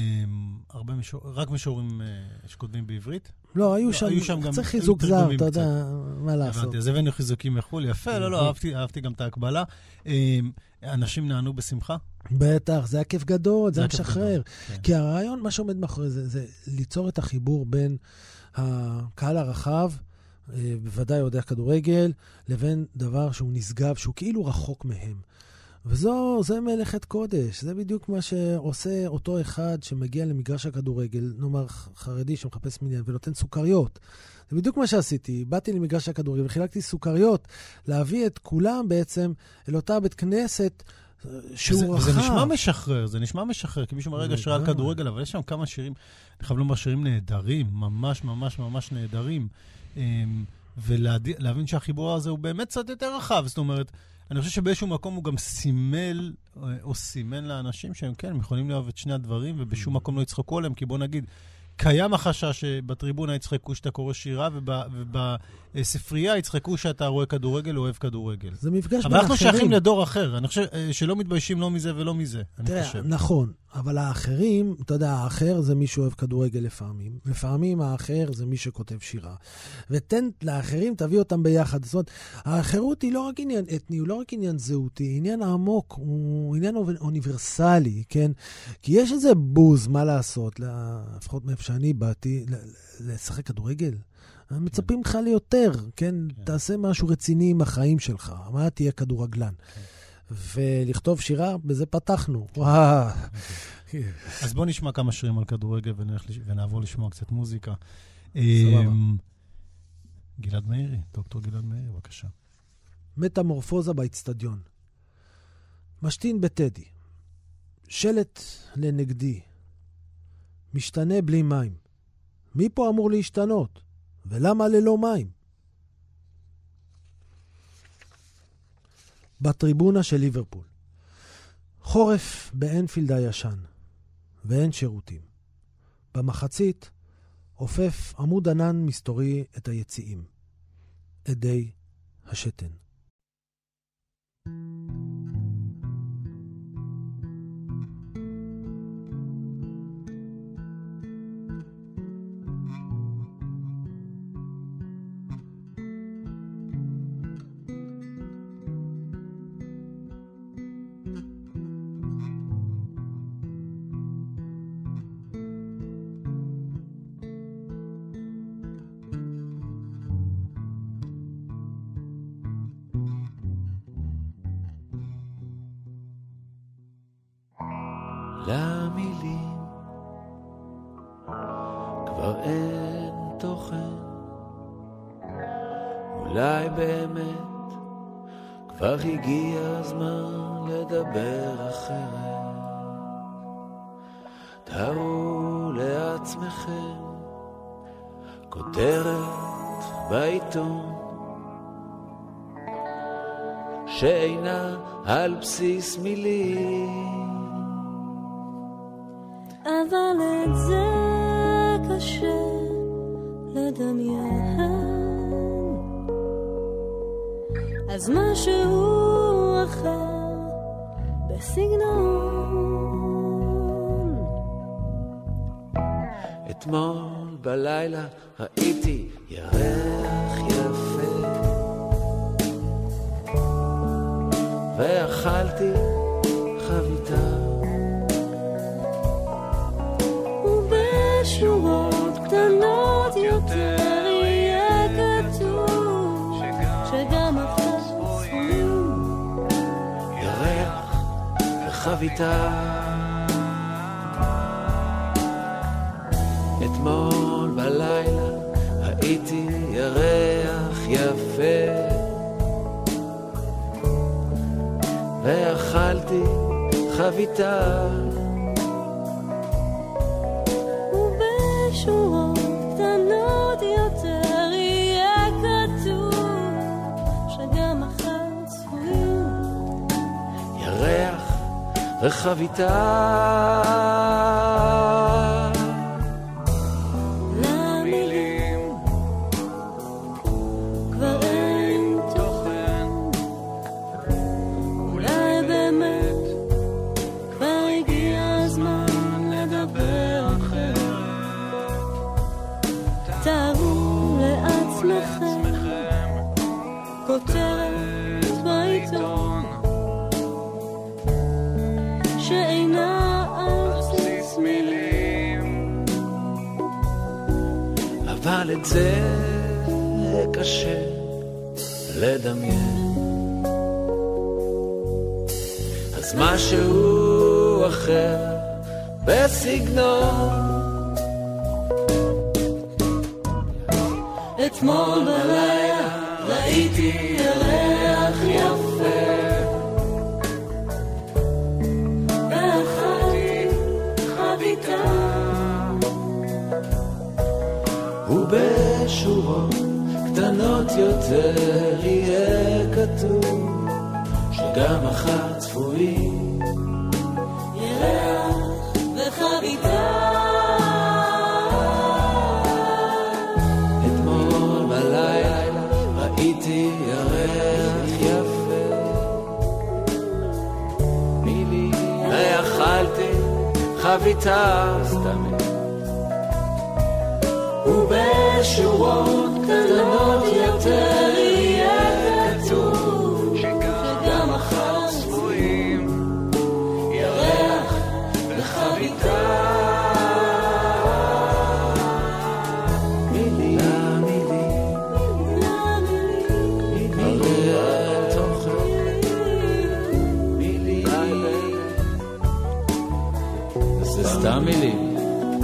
רק משוררים שכותבים בעברית? לא, היו שם גם צריך חיזוק זר, אתה יודע, מה לעשות. אז הבאנו חיזוקים מחול, יפה, לא, אהבתי גם את ההקבלה. אנשים נענו בשמחה? בטח, זה היה כיף גדול, זה משחרר. כי הרעיון, מה שעומד מאחורי זה ליצור את החיבור בין הקהל הרחב, בוודאי יודע כדורגל, לבין דבר שהוא נשגב, שהוא כאילו רחוק מהם. זה מלאכת קודש. זה בדיוק מה שעושה אותו אחד שמגיע למגרש הכדורגל, נאמר חרדי שמחפש מניין, ונותן סוכריות. זה בדיוק מה שעשיתי. באתי למגרש הכדורגל וחילקתי סוכריות, להביא את כולם בעצם אל אותה בית כנסת שהוא רחב. וזה נשמע משחרר, כי מישהו מרגע שראה על כדורגל, אבל יש שם כמה שירים, אני חייב לומר שירים נהדרים, ממש ממש ממש נהדרים. ולהבין שהחיבור הזה הוא באמת קצת יותר רחב. זאת אומרת, אני חושב שבאיזשהו מקום הוא גם סימל או סימן לאנשים שהם כן, הם יכולים לאהוב את שני הדברים, ובשום מקום לא יצחקו עליהם, כי בוא נגיד, קיים החשש שבטריבונה יצחקו שאתה קורא שירה, ובספרייה יצחקו שאתה רואה כדורגל או אוהב כדורגל. זה מפגש בין אחרים. אבל אנחנו שייכים לדור אחר. אני חושב שלא מתביישים לא מזה ולא מזה. תראה, נכון, אבל האחרים, אתה יודע, האחר זה מי שאוהב כדורגל לפעמים. לפעמים האחר זה מי שכותב שירה. ותן לאחרים, תביא אותם ביחד. זאת אומרת, האחרות היא לא רק עניין אתני, הוא לא רק עניין זהותי, עניין עמוק, הוא עניין אוניברסלי, כן? כי יש איזה בוז, מה לעשות, לפחות מאיפה שאני באתי, לשחק כדורגל. מצפים לך ליותר, כן? תעשה משהו רציני עם החיים שלך. מה תהיה כדורגלן? ולכתוב שירה, בזה פתחנו. אז בוא נשמע כמה שירים על כדורגל ונעבור לשמוע קצת מוזיקה. גלעד מאירי, דוקטור גלעד מאירי, בבקשה. מטמורפוזה באצטדיון. משתין בטדי. שלט לנגדי. משתנה בלי מים. מי פה אמור להשתנות? ולמה ללא מים? בטריבונה של ליברפול. חורף באנפילד הישן. ואין שירותים. במחצית עופף עמוד ענן מסתורי את היציאים. עדי השתן. למילים כבר אין תוכן, אולי באמת כבר הגיע הזמן לדבר אחרת. תארו לעצמכם כותרת בעיתון שאינה על בסיס מילים, אבל את זה קשה לדמיין. אז משהו אחר בסגנון. אתמול בלילה ראיתי ירח יפה ואכלתי חביתה, שורות קטנות יותר יהיה כתוב שגם עכשיו צפויים ירח וחביתה. אתמול בלילה ראיתי ירח יפה ואכלתי חביתה, שורות קטנות יותר יהיה כתוב שגם אחר צפויים ירח וחביתה. למילים כבר אין תוכן, אולי באמת כבר הגיע הזמן לדבר אחרת. תארו לעצמכם כותרת בעיתון שאינה על בסיס מילים, אבל את זה קשה לדמיין. אז משהו אחר בסגנון. אתמול בלילה ראיתי ירח יפה ואכלתי חביתה, ובשורות קטנות יותר יהיה כתוב שגם אחר צפויים ירח וחביתה. חביתה ובשורות קטנות יותר יהיה כתוב שגם אחר צפויים ירח וחביתה סתם מילים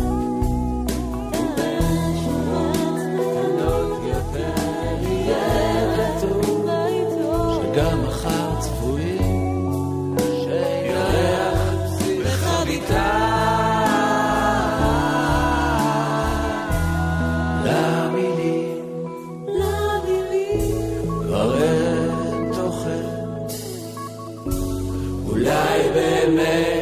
שגם אחר צפויים שירח וחביתה למילים כבר אין תוכן אולי באמת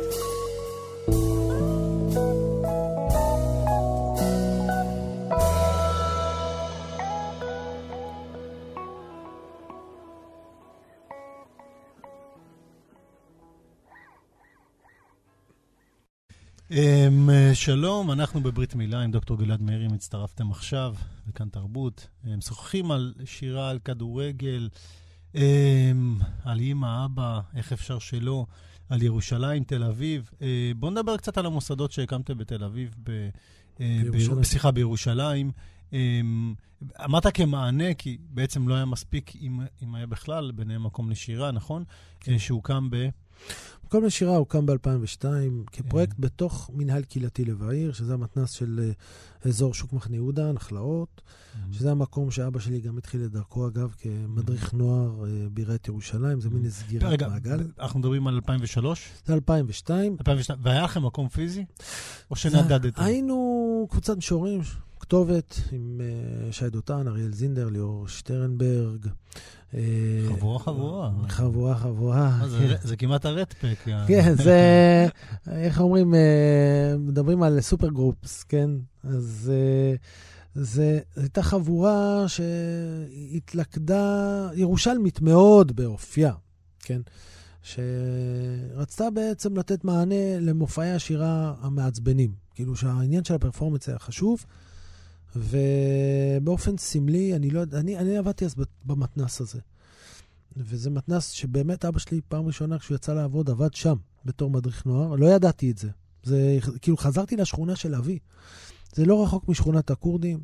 שלום, אנחנו בברית מילה עם דוקטור גלעד מאירי, הצטרפתם עכשיו לכאן תרבות. משוחחים על שירה, על כדורגל, על אמא, אבא, איך אפשר שלא, על ירושלים, תל אביב. בואו נדבר קצת על המוסדות שהקמתם בתל אביב, בירושלים. אמרת כמענה, כי בעצם לא היה מספיק אם היה בכלל ביניהם מקום לשירה, נכון? שהוקם מקום לשירה הוקם ב-2002 כפרויקט בתוך מנהל קהילתי לב העיר, שזה המתנ"ס של אזור שוק מחנה יהודה, נחלאות, שזה המקום שאבא שלי גם התחיל את דרכו, אגב, כמדריך נוער בעיריית ירושלים, זה מין סגירת מעגל. רגע, אנחנו מדברים על 2003? זה 2002. והיה לכם מקום פיזי? או שנדדתם? היינו קבוצת משוררים, כתובת עם שי דותן, אריאל זינדר, ליאור שטרנברג. חבורה. זה כמעט הרטפק. כן, זה, איך אומרים, מדברים על סופר גרופס, כן? אז זה הייתה חבורה שהתלכדה ירושלמית מאוד באופייה, כן? שרצתה בעצם לתת מענה למופעי השירה המעצבנים. כאילו שהעניין של הפרפורמנס היה חשוב, ובאופן סמלי, אני עבדתי אז במתנ"ס הזה. וזה מתנ"ס שבאמת אבא שלי פעם ראשונה כשהוא יצא לעבוד, עבד שם בתור מדריך נוער. לא ידעתי את זה. זה כאילו חזרתי לשכונה של אבי. זה לא רחוק משכונת הקורדים.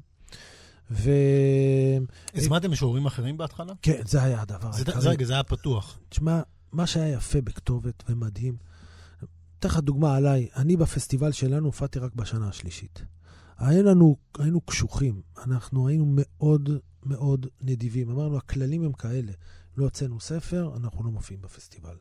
הזמנתם משוררים אחרים בהתחלה? כן, זה היה הדבר. זה היה פתוח. תשמע, מה שהיה יפה בכתובת ומדהים, תחת דוגמה עליי, אני בפסטיבל שלנו הופעתי רק בשנה השלישית. היינו קשוחים, אנחנו היינו מאוד מאוד נדיבים. אמרנו, הכללים הם כאלה. לא הוצאנו ספר, אנחנו לא מופיעים בפסטיבל.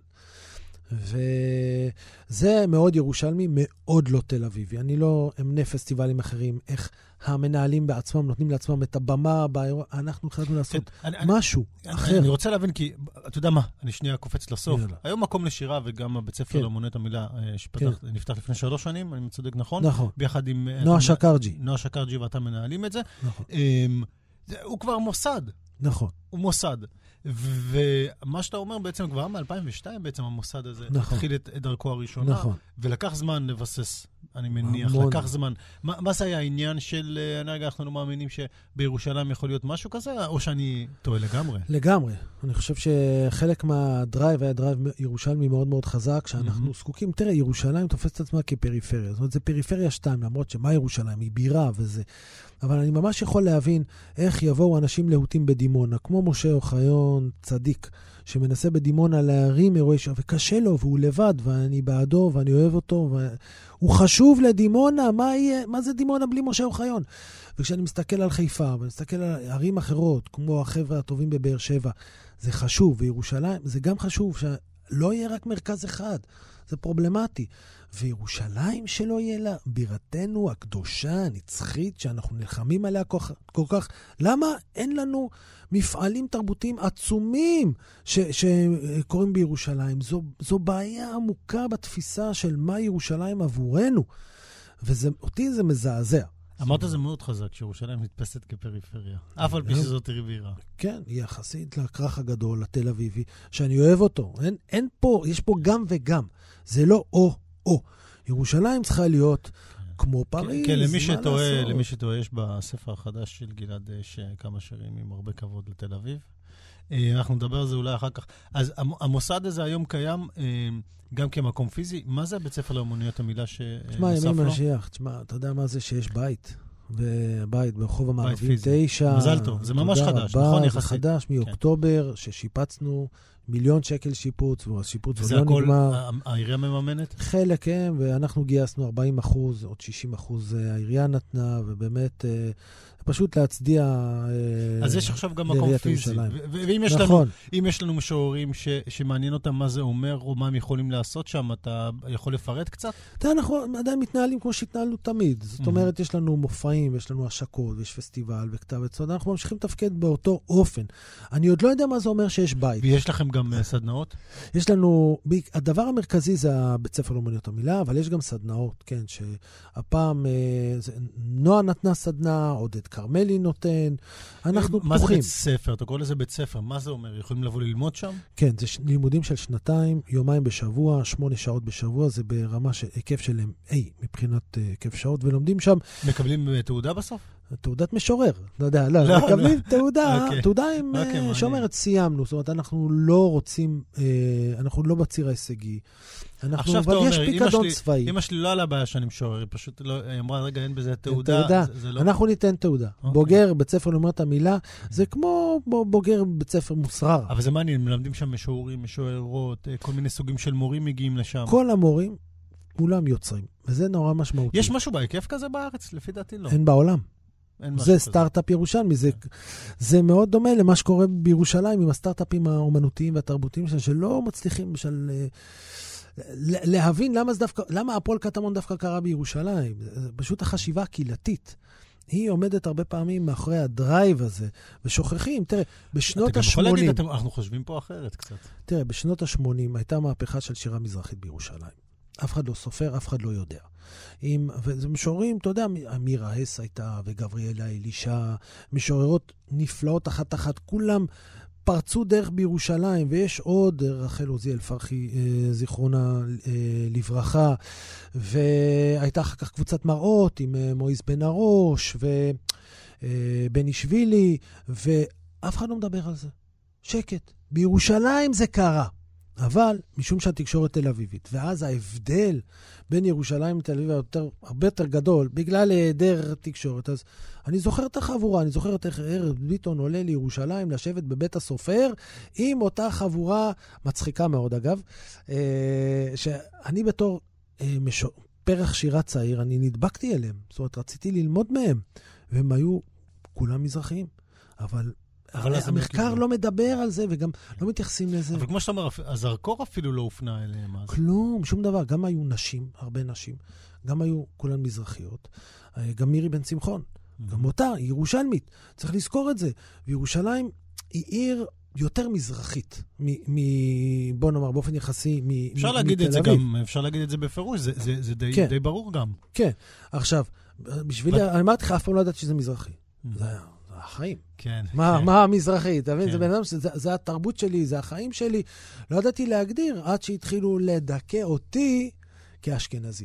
וזה מאוד ירושלמי, מאוד לא תל אביבי. אני לא אמנה פסטיבלים אחרים, איך המנהלים בעצמם נותנים לעצמם את הבמה, אנחנו החלטנו לעשות משהו אחר. אני רוצה להבין, כי אתה יודע מה, אני שנייה קופץ לסוף. היום מקום לשירה וגם הבית ספר למונה את המילה נפתח לפני 3 שנים, אני מצודק נכון? נכון. ביחד עם נועה שקרג'י. נועה שקרג'י ואתה מנהלים את זה. נכון. הוא כבר מוסד. נכון. הוא מוסד. ומה שאתה אומר בעצם כבר מ-2002 בעצם המוסד הזה התחיל את דרכו הראשונה. נכון. ולקח זמן לבסס, אני מניח, לקח זמן. מה זה היה העניין של, אנחנו לא מאמינים שבירושלים יכול להיות משהו כזה, או שאני טועה לגמרי? לגמרי. אני חושב שחלק מהדרייב היה דרייב ירושלמי מאוד מאוד חזק, שאנחנו זקוקים, תראה, ירושלים תופסת עצמה כפריפריה. זאת אומרת, זה פריפריה 2, למרות שמה ירושלים? היא בירה וזה. אבל אני ממש יכול להבין איך יבואו אנשים להוטים בדימונה, כמו משה אוחיון, צדיק, שמנסה בדימונה להרים אירועי שעה, וקשה לו, והוא לבד, ואני בעדו, ואני אוהב אותו, הוא חשוב לדימונה, מה זה דימונה בלי משה אוחיון? וכשאני מסתכל על חיפה, ואני מסתכל על ערים אחרות, כמו החבר'ה הטובים בבאר שבע, זה חשוב, וירושלים, זה גם חשוב, שלא יהיה רק מרכז אחד, זה פרובלמטי. וירושלים שלא יהיה לה, בירתנו הקדושה, הנצחית, שאנחנו נלחמים עליה כל כך, למה אין לנו מפעלים תרבותיים עצומים שקוראים בירושלים? זו בעיה עמוקה בתפיסה של מה ירושלים עבורנו, ואותי זה מזעזע. אמרת זה מאוד חזק, שירושלים נתפסת כפריפריה. אף על פי שזאת עיר בירה. כן, היא יחסית לכרך הגדול, לתל אביבי, שאני אוהב אותו. אין פה, יש פה גם וגם. זה לא או. ירושלים צריכה להיות כמו פריז. כן, למי שטועה, יש בספר החדש של גלעד כמה שירים עם הרבה כבוד לתל אביב. אנחנו נדבר על זה אולי אחר כך. אז המוסד הזה היום קיים גם כמקום פיזי. מה זה בית ספר לאמנויות המילה שנוסף לו? תשמע, ימי משיח, אתה יודע מה זה שיש בית? ובית ברחוב המערבי 9. מזל טוב, זה ממש חדש, נכון יחסית? זה חדש מאוקטובר, ששיפצנו, $1,000,000 שיפוץ, והשיפוץ לא נגמר. העירייה מממנת? חלק הם, ואנחנו גייסנו 40%, עוד 60% העירייה נתנה, ובאמת פשוט להצדיע אז יש עכשיו גם מקום פיזי. ואם יש לנו משוררים שמעניין אותם מה זה אומר, או מה הם יכולים לעשות שם, אתה יכול לפרט קצת? אנחנו עדיין מתנהלים כמו שהתנהלנו תמיד. זאת אומרת, יש לנו מופעים, יש לנו השקות, יש פסטיבל וכתב וצוד, אנחנו ממשיכים לתפקד באותו אופן. אני עוד לא יודע מה זה אומר שיש בית. ויש לכם גם סדנאות? יש לנו, הדבר המרכזי זה הבית ספר לאמנויות המילה, אבל יש גם סדנאות, כן, שהפעם נועה נתנה סדנה, עודד קרמלי נותן, אנחנו פתוחים. מה זה בית ספר? אתה קורא לזה בית ספר, מה זה אומר? יכולים לבוא ללמוד שם? כן, זה לימודים של 2, יומיים בשבוע, 8 שעות בשבוע, זה ברמה של היקף של A מבחינת היקף שעות, ולומדים שם. מקבלים תעודה בסוף? תעודת משורר, לא יודע, לא, מקבלים תעודה עם שאומרת סיימנו, זאת אומרת, אנחנו לא רוצים, אנחנו לא בציר ההישגי, אבל יש פיקדון צבאי. אמא שלי לא על הבעיה שאני משורר, היא פשוט אמרה, רגע, אין בזה תעודה. אנחנו ניתן תעודה. בוגר בית ספר לאמנויות המילה, זה כמו בוגר בית ספר מוסרר. אבל זה מעניין, מלמדים שם משוררים, משוררות, כל מיני סוגים של מורים מגיעים לשם. כל המורים, כולם יוצרים, וזה נורא משמעותי. יש משהו בהיקף כזה בארץ? לפי דעתי לא. אין בעולם. זה סטארט-אפ ירושלמי, זה מאוד דומה למה שקורה בירושלים עם הסטארט-אפים האומנותיים והתרבותיים שלא מצליחים להבין למה הפועל קטמון דווקא קרה בירושלים. פשוט החשיבה הקהילתית. היא עומדת הרבה פעמים מאחורי הדרייב הזה, ושוכחים, תראה, בשנות ה-80... אתה יכול להגיד, אנחנו חושבים פה אחרת קצת. תראה, בשנות ה-80 הייתה מהפכה של שירה מזרחית בירושלים. אף אחד לא סופר, אף אחד לא יודע. וזה משוררים, אתה יודע, אמירה הס הייתה, וגבריאלה אלישע, משוררות נפלאות אחת, כולם פרצו דרך בירושלים, ויש עוד, רחל עוזיאל פרחי, זיכרונה לברכה, והייתה אחר כך קבוצת מראות עם מויז בן הראש, ובני שבילי, ואף אחד לא מדבר על זה. שקט. בירושלים זה קרה. אבל, משום שהתקשורת תל אביבית, ואז ההבדל בין ירושלים לתל אביב הרבה יותר גדול, בגלל היעדר תקשורת, אז אני זוכר את החבורה, אני זוכר את ארז ביטון עולה לירושלים לשבת בבית הסופר, עם אותה חבורה מצחיקה מאוד אגב, שאני בתור פרח שירה צעיר, אני נדבקתי אליהם, זאת אומרת, רציתי ללמוד מהם, והם היו כולם מזרחיים, אבל המחקר לא מדבר על זה, וגם לא מתייחסים לזה. אבל כמו שאתה אומר, הזרקור אפילו לא הופנה אליהם. כלום, שום דבר. גם היו נשים, הרבה נשים. גם היו כולן מזרחיות. גם מירי בן שמחון. גם אותה, היא ירושלמית. צריך לזכור את זה. וירושלים היא עיר יותר מזרחית, בוא נאמר, באופן יחסי, אפשר להגיד את זה גם, אפשר להגיד את זה בפירוש, זה די ברור גם. כן. עכשיו, בשבילי, אני אמרתי לך, אף פעם לא ידעתי שזה מזרחי. זה היה. החיים. כן. מה המזרחי? אתה מבין? זה בן אדם, זה התרבות שלי, זה החיים שלי. לא ידעתי להגדיר עד שהתחילו לדכא אותי כאשכנזי.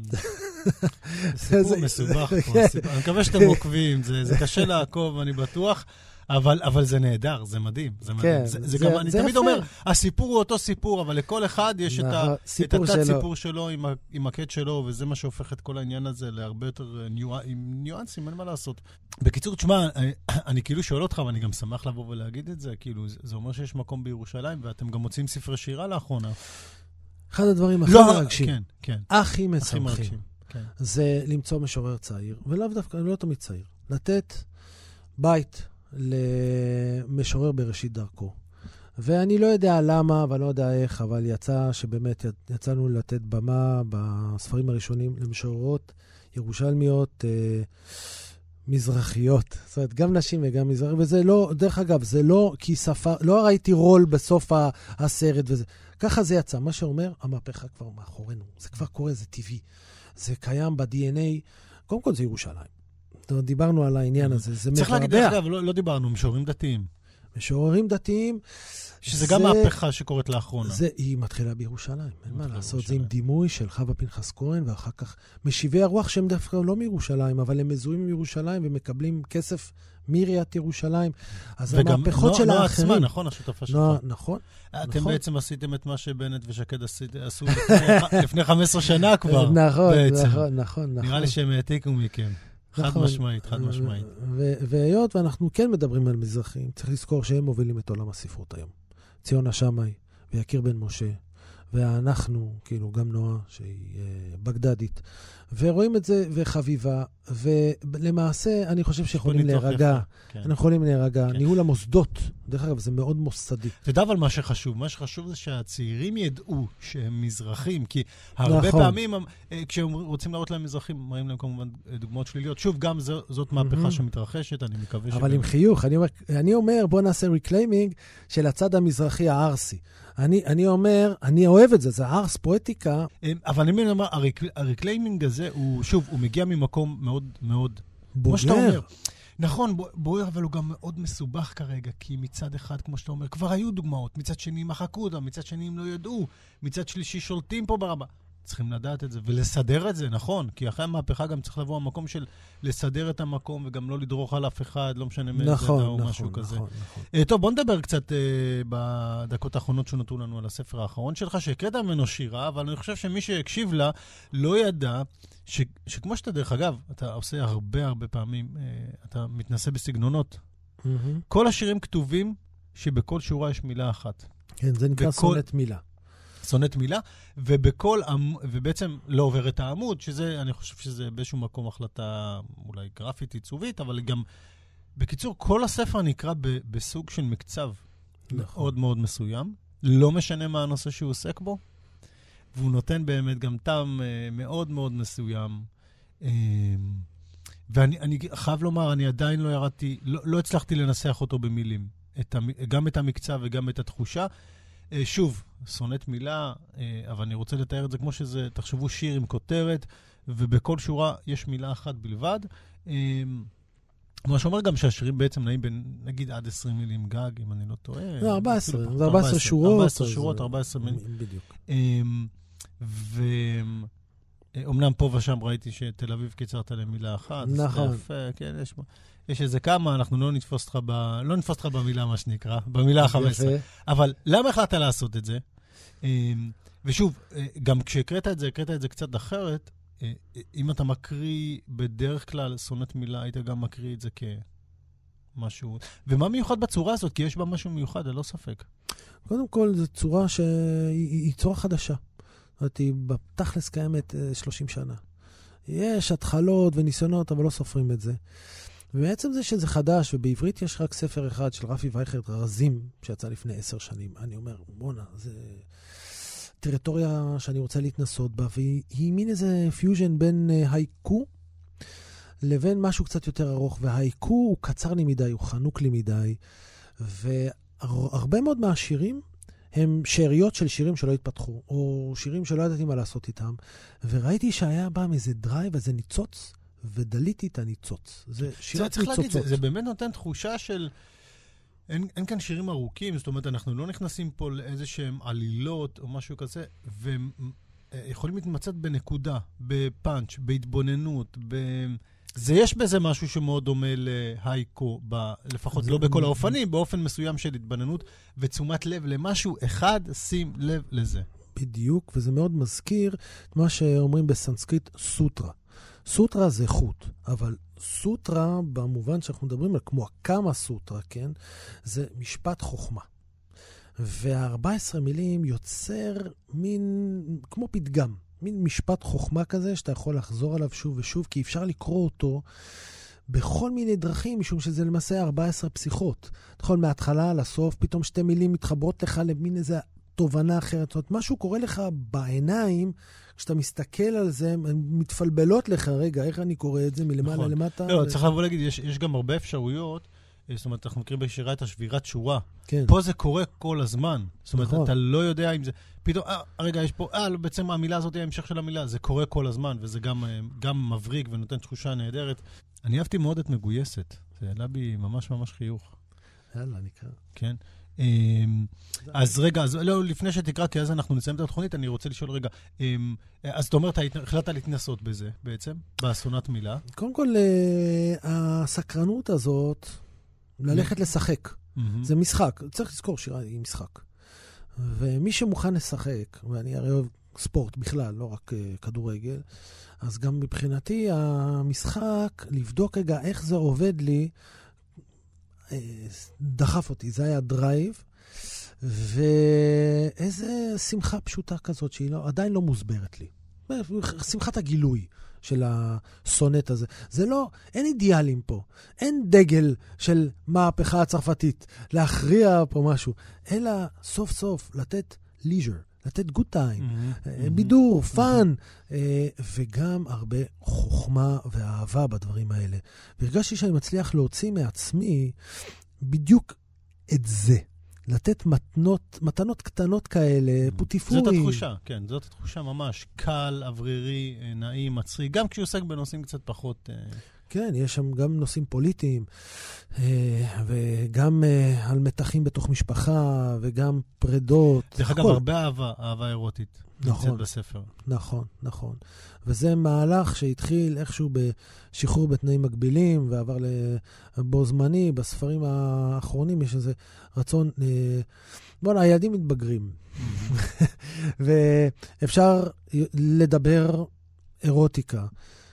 סיפור מסובך פה. אני מקווה שאתם עוקבים, זה קשה לעקוב, אני בטוח. אבל זה נהדר, זה מדהים. אני תמיד אומר, הסיפור הוא אותו סיפור, אבל לכל אחד יש את התת-סיפור שלו עם הקט שלו, וזה מה שהופך את כל העניין הזה להרבה יותר ניואנסים, אין מה לעשות. בקיצור, תשמע, אני כאילו שואל אותך, ואני גם שמח לבוא ולהגיד את זה, כאילו, זה אומר שיש מקום בירושלים, ואתם גם מוצאים ספרי שירה לאחרונה. אחד הדברים הכי מרגשים, הכי משמחים, זה למצוא משורר צעיר, ולאו דווקא, לא תמיד צעיר, לתת בית למשורר בראשית דרכו. ואני לא יודע למה, ואני לא יודע איך, אבל יצא שבאמת יצאנו לתת במה בספרים הראשונים למשוררות ירושלמיות מזרחיות. זאת אומרת, גם נשים וגם מזרחיות, וזה לא, דרך אגב, זה לא כי שפה, לא ראיתי רול בסוף הסרט וזה. ככה זה יצא. מה שאומר, המהפכה כבר מאחורינו. זה כבר קורה, זה טבעי. זה קיים ב-DNA. קודם כל זה ירושלים. דיברנו על העניין הזה, זה צריך להגיד, אגב, לא דיברנו, משוררים דתיים. משוררים דתיים. שזה גם מהפכה שקורית לאחרונה. היא מתחילה בירושלים, אין מה לעשות. זה עם דימוי של חווה פנחס כהן, ואחר כך משיבי הרוח שהם דווקא לא מירושלים, אבל הם מזוהים מירושלים ומקבלים כסף מעיריית ירושלים. אז המהפכות של האחרים... נועה עצמה, נכון, השותפה שלך. נכון. אתם בעצם עשיתם את מה שבנט ושקד עשו לפני 15 שנה כבר. נכון. נראה לי שהם העתיקו מכם. חד משמעית. והיות ואנחנו כן מדברים על מזרחים, צריך לזכור שהם מובילים את עולם הספרות היום. ציון השמאי ויקיר בן משה, ואנחנו, כאילו גם נועה, שהיא בגדדית, ורואים את זה, וחביבה, ולמעשה אני חושב שיכולים להירגע. אנחנו יכולים להירגע. ניהול המוסדות, דרך אגב, זה מאוד מוסדי. תדע אבל מה שחשוב. מה שחשוב זה שהצעירים ידעו שהם מזרחים, כי הרבה פעמים, כשהם רוצים להראות להם מזרחים, מראים להם כמובן דוגמאות שליליות. שוב, גם זאת מהפכה שמתרחשת, אני מקווה אבל עם חיוך, אני אומר, בוא נעשה ריקליימינג של הצד המזרחי הארסי. אני אומר, אני אוהב את זה, זה ארס פואטיקה. אבל אני אומר, הריקליימינג הזה, שוב, הוא מגיע ממקום מאוד מאוד... בוגר. נכון, בוער, אבל הוא גם מאוד מסובך כרגע, כי מצד אחד, כמו שאתה אומר, כבר היו דוגמאות, מצד שני מחקו אותם, מצד שני הם לא ידעו, מצד שלישי שולטים פה ברמה. צריכים לדעת את זה ולסדר את זה, נכון, כי אחרי המהפכה גם צריך לבוא המקום של לסדר את המקום וגם לא לדרוך על אף אחד, לא משנה מאיזה דעה או משהו כזה. טוב, בוא נדבר קצת בדקות האחרונות שנותרו לנו על הספר האחרון שלך, שהקראת ממנו שירה, אבל אני חושב שמי שהקשיב לה לא ידע שכמו שאתה דרך אגב, אתה עושה הרבה פעמים, אתה מתנסה בסגנונות. כל השירים כתובים שבכל שורה יש מילה אחת. כן, זה נקרא סונט מילה. סונט מילה, ובעצם לא עובר את העמוד, שזה, אני חושב שזה באיזשהו מקום החלטה אולי גרפית, עיצובית, אבל גם, בקיצור, כל הספר נקרא בסוג של מקצב מאוד מאוד מסוים, לא משנה מה הנושא שהוא עוסק בו, והוא נותן באמת גם טעם מאוד מאוד מסוים, ואני חייב לומר, אני עדיין לא ירדתי, לא הצלחתי לנסח אותו במילים, גם את המקצב וגם את התחושה, שוב, סונט מילה, אבל אני רוצה לתאר את זה כמו שזה, תחשבו שיר עם כותרת, ובכל שורה יש מילה אחת בלבד. מה שאומר גם שהשירים בעצם נעים בין, נגיד, עד 20 מילים גג, אם אני לא טועה. זה 14, זה 14 שורות. 14 שורות, 14 מילים. בדיוק. ואומנם פה ושם ראיתי שתל אביב קיצרת למילה אחת. נכון. כן, יש איזה כמה, אנחנו לא נתפוס אותך במילה, מה שנקרא, במילה 15. אבל למה החלטת לעשות את זה? ושוב, גם כשהקראת את זה קצת אחרת, אם אתה מקריא בדרך כלל סונט מילה, היית גם מקריא את זה כמשהו. ומה מיוחד בצורה הזאת? כי יש בה משהו מיוחד, ללא ספק. קודם כל, זו צורה שהיא צורה חדשה. זאת אומרת, היא בתכלס קיימת 30 שנה. יש התחלות וניסיונות, אבל לא סופרים את זה. ובעצם זה שזה חדש, ובעברית יש רק ספר אחד של רפי וייכרד, רזים, שיצא לפני 10 שנים. אני אומר, בונה, זה טריטוריה שאני רוצה להתנסות בה, והיא מין איזה פיוז'ן בין הייקו לבין משהו קצת יותר ארוך, והייקו הוא קצר לי מדי, הוא חנוק לי מדי, והרבה מאוד מהשירים הם שאריות של שירים שלא התפתחו, או שירים שלא ידעתי מה לעשות איתם, וראיתי שהיה בהם איזה דרייב, איזה ניצוץ, ודליתי את הניצוץ. זה שירת ניצוצות. זה באמת נותן תחושה של... אין כאן שירים ארוכים, זאת אומרת, אנחנו לא נכנסים פה לאיזה שהם עלילות או משהו כזה, ויכולים להתמצאת בנקודה, בפאנץ', בהתבוננות, יש בזה משהו שמאוד דומה להייקו, לפחות לא בכל האופנים, באופן מסוים של התבוננות, ותשומת לב למשהו אחד, שים לב לזה. בדיוק, וזה מאוד מזכיר את מה שאומרים בסנסקריט סוטרה. סוטרה זה חוט, אבל סוטרה, במובן שאנחנו מדברים על כמו הקמה סוטרה, כן? זה משפט חוכמה. וה-14 מילים יוצר מין, כמו פתגם, מין משפט חוכמה כזה, שאתה יכול לחזור עליו שוב ושוב, כי אפשר לקרוא אותו בכל מיני דרכים, משום שזה למעשה 14 פסיכות. אתה יכול מההתחלה לסוף, פתאום 2 מילים מתחברות לך למין איזה תובנה אחרת. זאת אומרת, משהו קורה לך בעיניים, כשאתה מסתכל על זה, הן מתפלבלות לך, רגע, איך אני קורא את זה מלמעלה למטה? לא, צריך לבוא להגיד, יש גם הרבה אפשרויות, זאת אומרת, אנחנו מכירים בשירה את השבירת שורה. כן. פה זה קורה כל הזמן. זאת אומרת, אתה לא יודע אם זה... פתאום, רגע, יש פה, בעצם המילה הזאת היא ההמשך של המילה. זה קורה כל הזמן, וזה גם מבריק ונותן תחושה נהדרת. אני אהבתי מאוד את מגויסת. זה העלה בי ממש ממש חיוך. יאללה, נקרא. כן. אז רגע, אז לא, לפני שתקרא, כי אז אנחנו נסיים את התוכנית, אני רוצה לשאול רגע, אז אתה אומר, אתה החלטת להתנסות בזה בעצם, באסונת מילה? קודם כל, הסקרנות הזאת, ללכת לשחק. זה משחק, צריך לזכור שירה היא משחק. ומי שמוכן לשחק, ואני הרי אוהב ספורט בכלל, לא רק כדורגל, אז גם מבחינתי המשחק, לבדוק רגע איך זה עובד לי, דחף אותי, זה היה דרייב, ואיזה שמחה פשוטה כזאת שהיא עדיין לא מוסברת לי. שמחת הגילוי של הסונט הזה. זה לא, אין אידיאלים פה. אין דגל של מהפכה הצרפתית, להכריע פה משהו, אלא סוף סוף לתת leisure, לתת good time, בידור, פן, וגם הרבה חוכמה ואהבה בדברים האלה. והרגשתי שאני מצליח להוציא מעצמי בדיוק את זה. לתת מתנות קטנות כאלה, פוטיפורים. זאת התחושה, כן, זאת התחושה ממש. קל, אוורירי, נעים, מצחיק, גם כשהוא עוסק בנושאים קצת פחות... כן, יש שם גם נושאים פוליטיים, וגם על מתחים בתוך משפחה, וגם פרדות. דרך אגב, הרבה אהבה אירוטית. נמצאת בספר. נכון, נכון. וזה מהלך שהתחיל איכשהו בשחרור בתנאים מגבילים, ועבר לבו זמני. בספרים האחרונים יש איזה רצון, בואו, הילדים מתבגרים. ואפשר לדבר אירוטיקה.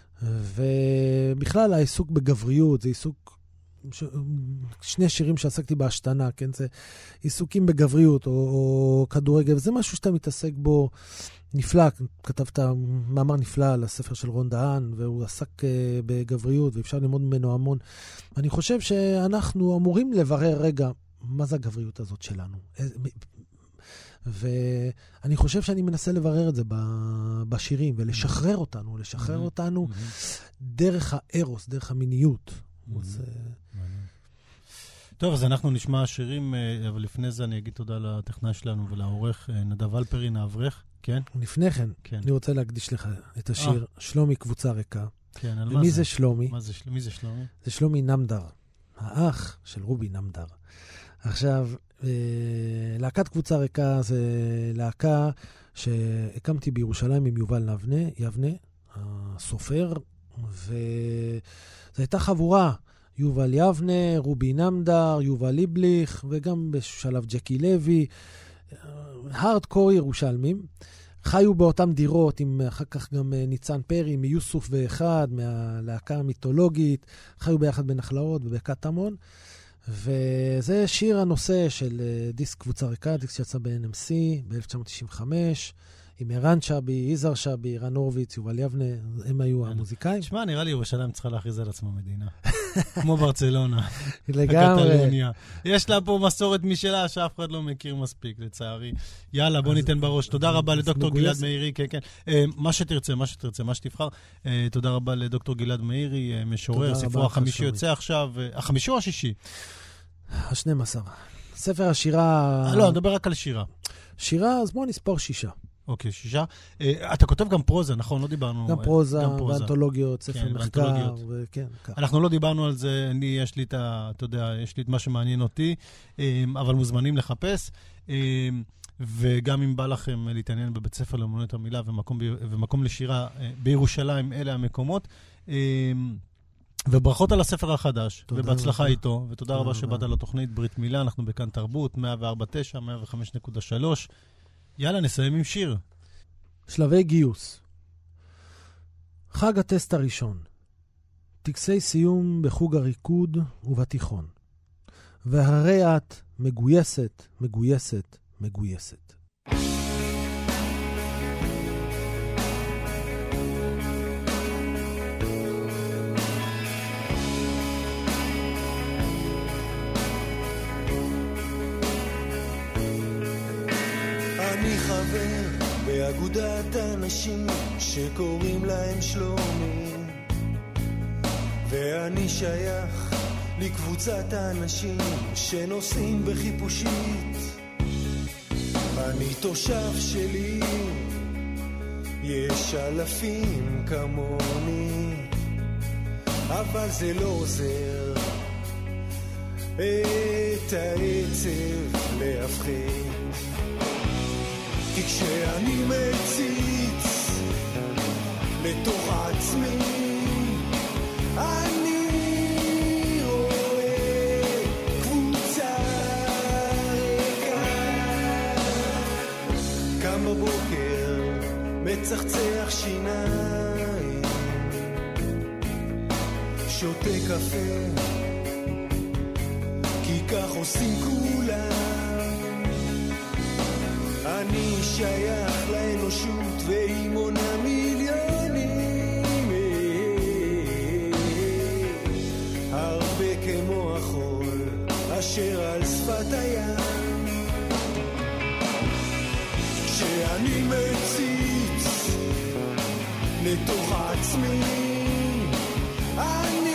ובכלל העיסוק בגבריות, זה עיסוק, שני שירים שעסקתי בהשתנה, כן? זה עיסוקים בגבריות או כדורגל, וזה משהו שאתה מתעסק בו נפלא. כתבת מאמר נפלא על הספר של רון דהן, והוא עסק בגבריות, ואפשר ללמוד ממנו המון. אני חושב שאנחנו אמורים לברר רגע, מה זה הגבריות הזאת שלנו? ואני חושב שאני מנסה לברר את זה בשירים, ולשחרר אותנו, דרך הארוס, דרך המיניות. טוב, אז אנחנו נשמע שירים, אבל לפני זה אני אגיד תודה לטכנאי שלנו ולעורך נדב אלפרין האברך, כן? לפני כן, אני רוצה להקדיש לך את השיר שלומי קבוצה ריקה. כן, על מה זה? ומי זה שלומי? מי זה שלומי? זה שלומי נמדר, האח של רובי נמדר. עכשיו, להקת קבוצה ריקה זה להקה שהקמתי בירושלים עם יובל יבנה, הסופר, וזו הייתה חבורה, יובל יבנה, רובי נמדר, יובל ליבליך, וגם בשלב ג'קי לוי, הארדקור ירושלמים. חיו באותם דירות עם אחר כך גם ניצן פרי מיוסוף ואחד, מהלהקה המיתולוגית, חיו ביחד בנחלאות ובקטמון. וזה שיר הנושא של דיסק קבוצה ריקה, דיסק שיצא ב-NMC ב-1995, עם ערן שבי, יזהר שבי, רן הורוביץ, יובל יבנה, הם היו המוזיקאים. תשמע, נראה לי ירושלים צריכה להכריז על עצמה מדינה. כמו ברצלונה. לגמרי. יש לה פה מסורת משלה שאף אחד לא מכיר מספיק, לצערי. יאללה, בוא ניתן בראש. תודה רבה לדוקטור גלעד מאירי, כן. מה שתרצה, מה שתבחר. תודה רבה לדוקטור גלעד מאירי, משורר, ספרו החמישי יוצא עכשיו. החמישי או השישי? ה-12. ספר השירה... לא, נדבר רק על שירה. שירה, אז בואו נספור 6. אוקיי, 6. אתה כותב גם פרוזה, נכון? לא דיברנו... גם פרוזה, ואנתולוגיות, ספר מחקר, וכן, כך. אנחנו לא דיברנו על זה, יש לי את מה שמעניין אותי, אבל מוזמנים לחפש, וגם אם בא לכם להתעניין בבית ספר לאמנות המילה ומקום לשירה בירושלים, אלה המקומות. וברכות על הספר החדש, ובהצלחה איתו, ותודה רבה שבאת לתוכנית ברית מילה, אנחנו בכאן תרבות, 104.9, 105.3. יאללה, נסיים עם שיר. שלבי גיוס. חג הטסט הראשון. טקסי סיום בחוג הריקוד ובתיכון. והרי את מגויסת, מגויסת, מגויסת. באגודת אנשים שקוראים להם שלומי, ואני שייך לקבוצת האנשים שנוסעים בחיפושית. אני תושב שלי, יש אלפים כמוני, אבל זה לא עוזר, את העצב להפחד. כי כשאני מציץ לתוך עצמי אני רואה קבוצה ריקה. קם בבוקר מצחצח שיניים, שותה קפה כי כך עושים כולם. אני שייך לאנושות והיא מונה מיליונים, הרבה כמו החול אשר על שפת הים. כשאני מציץ לתוך עצמי אני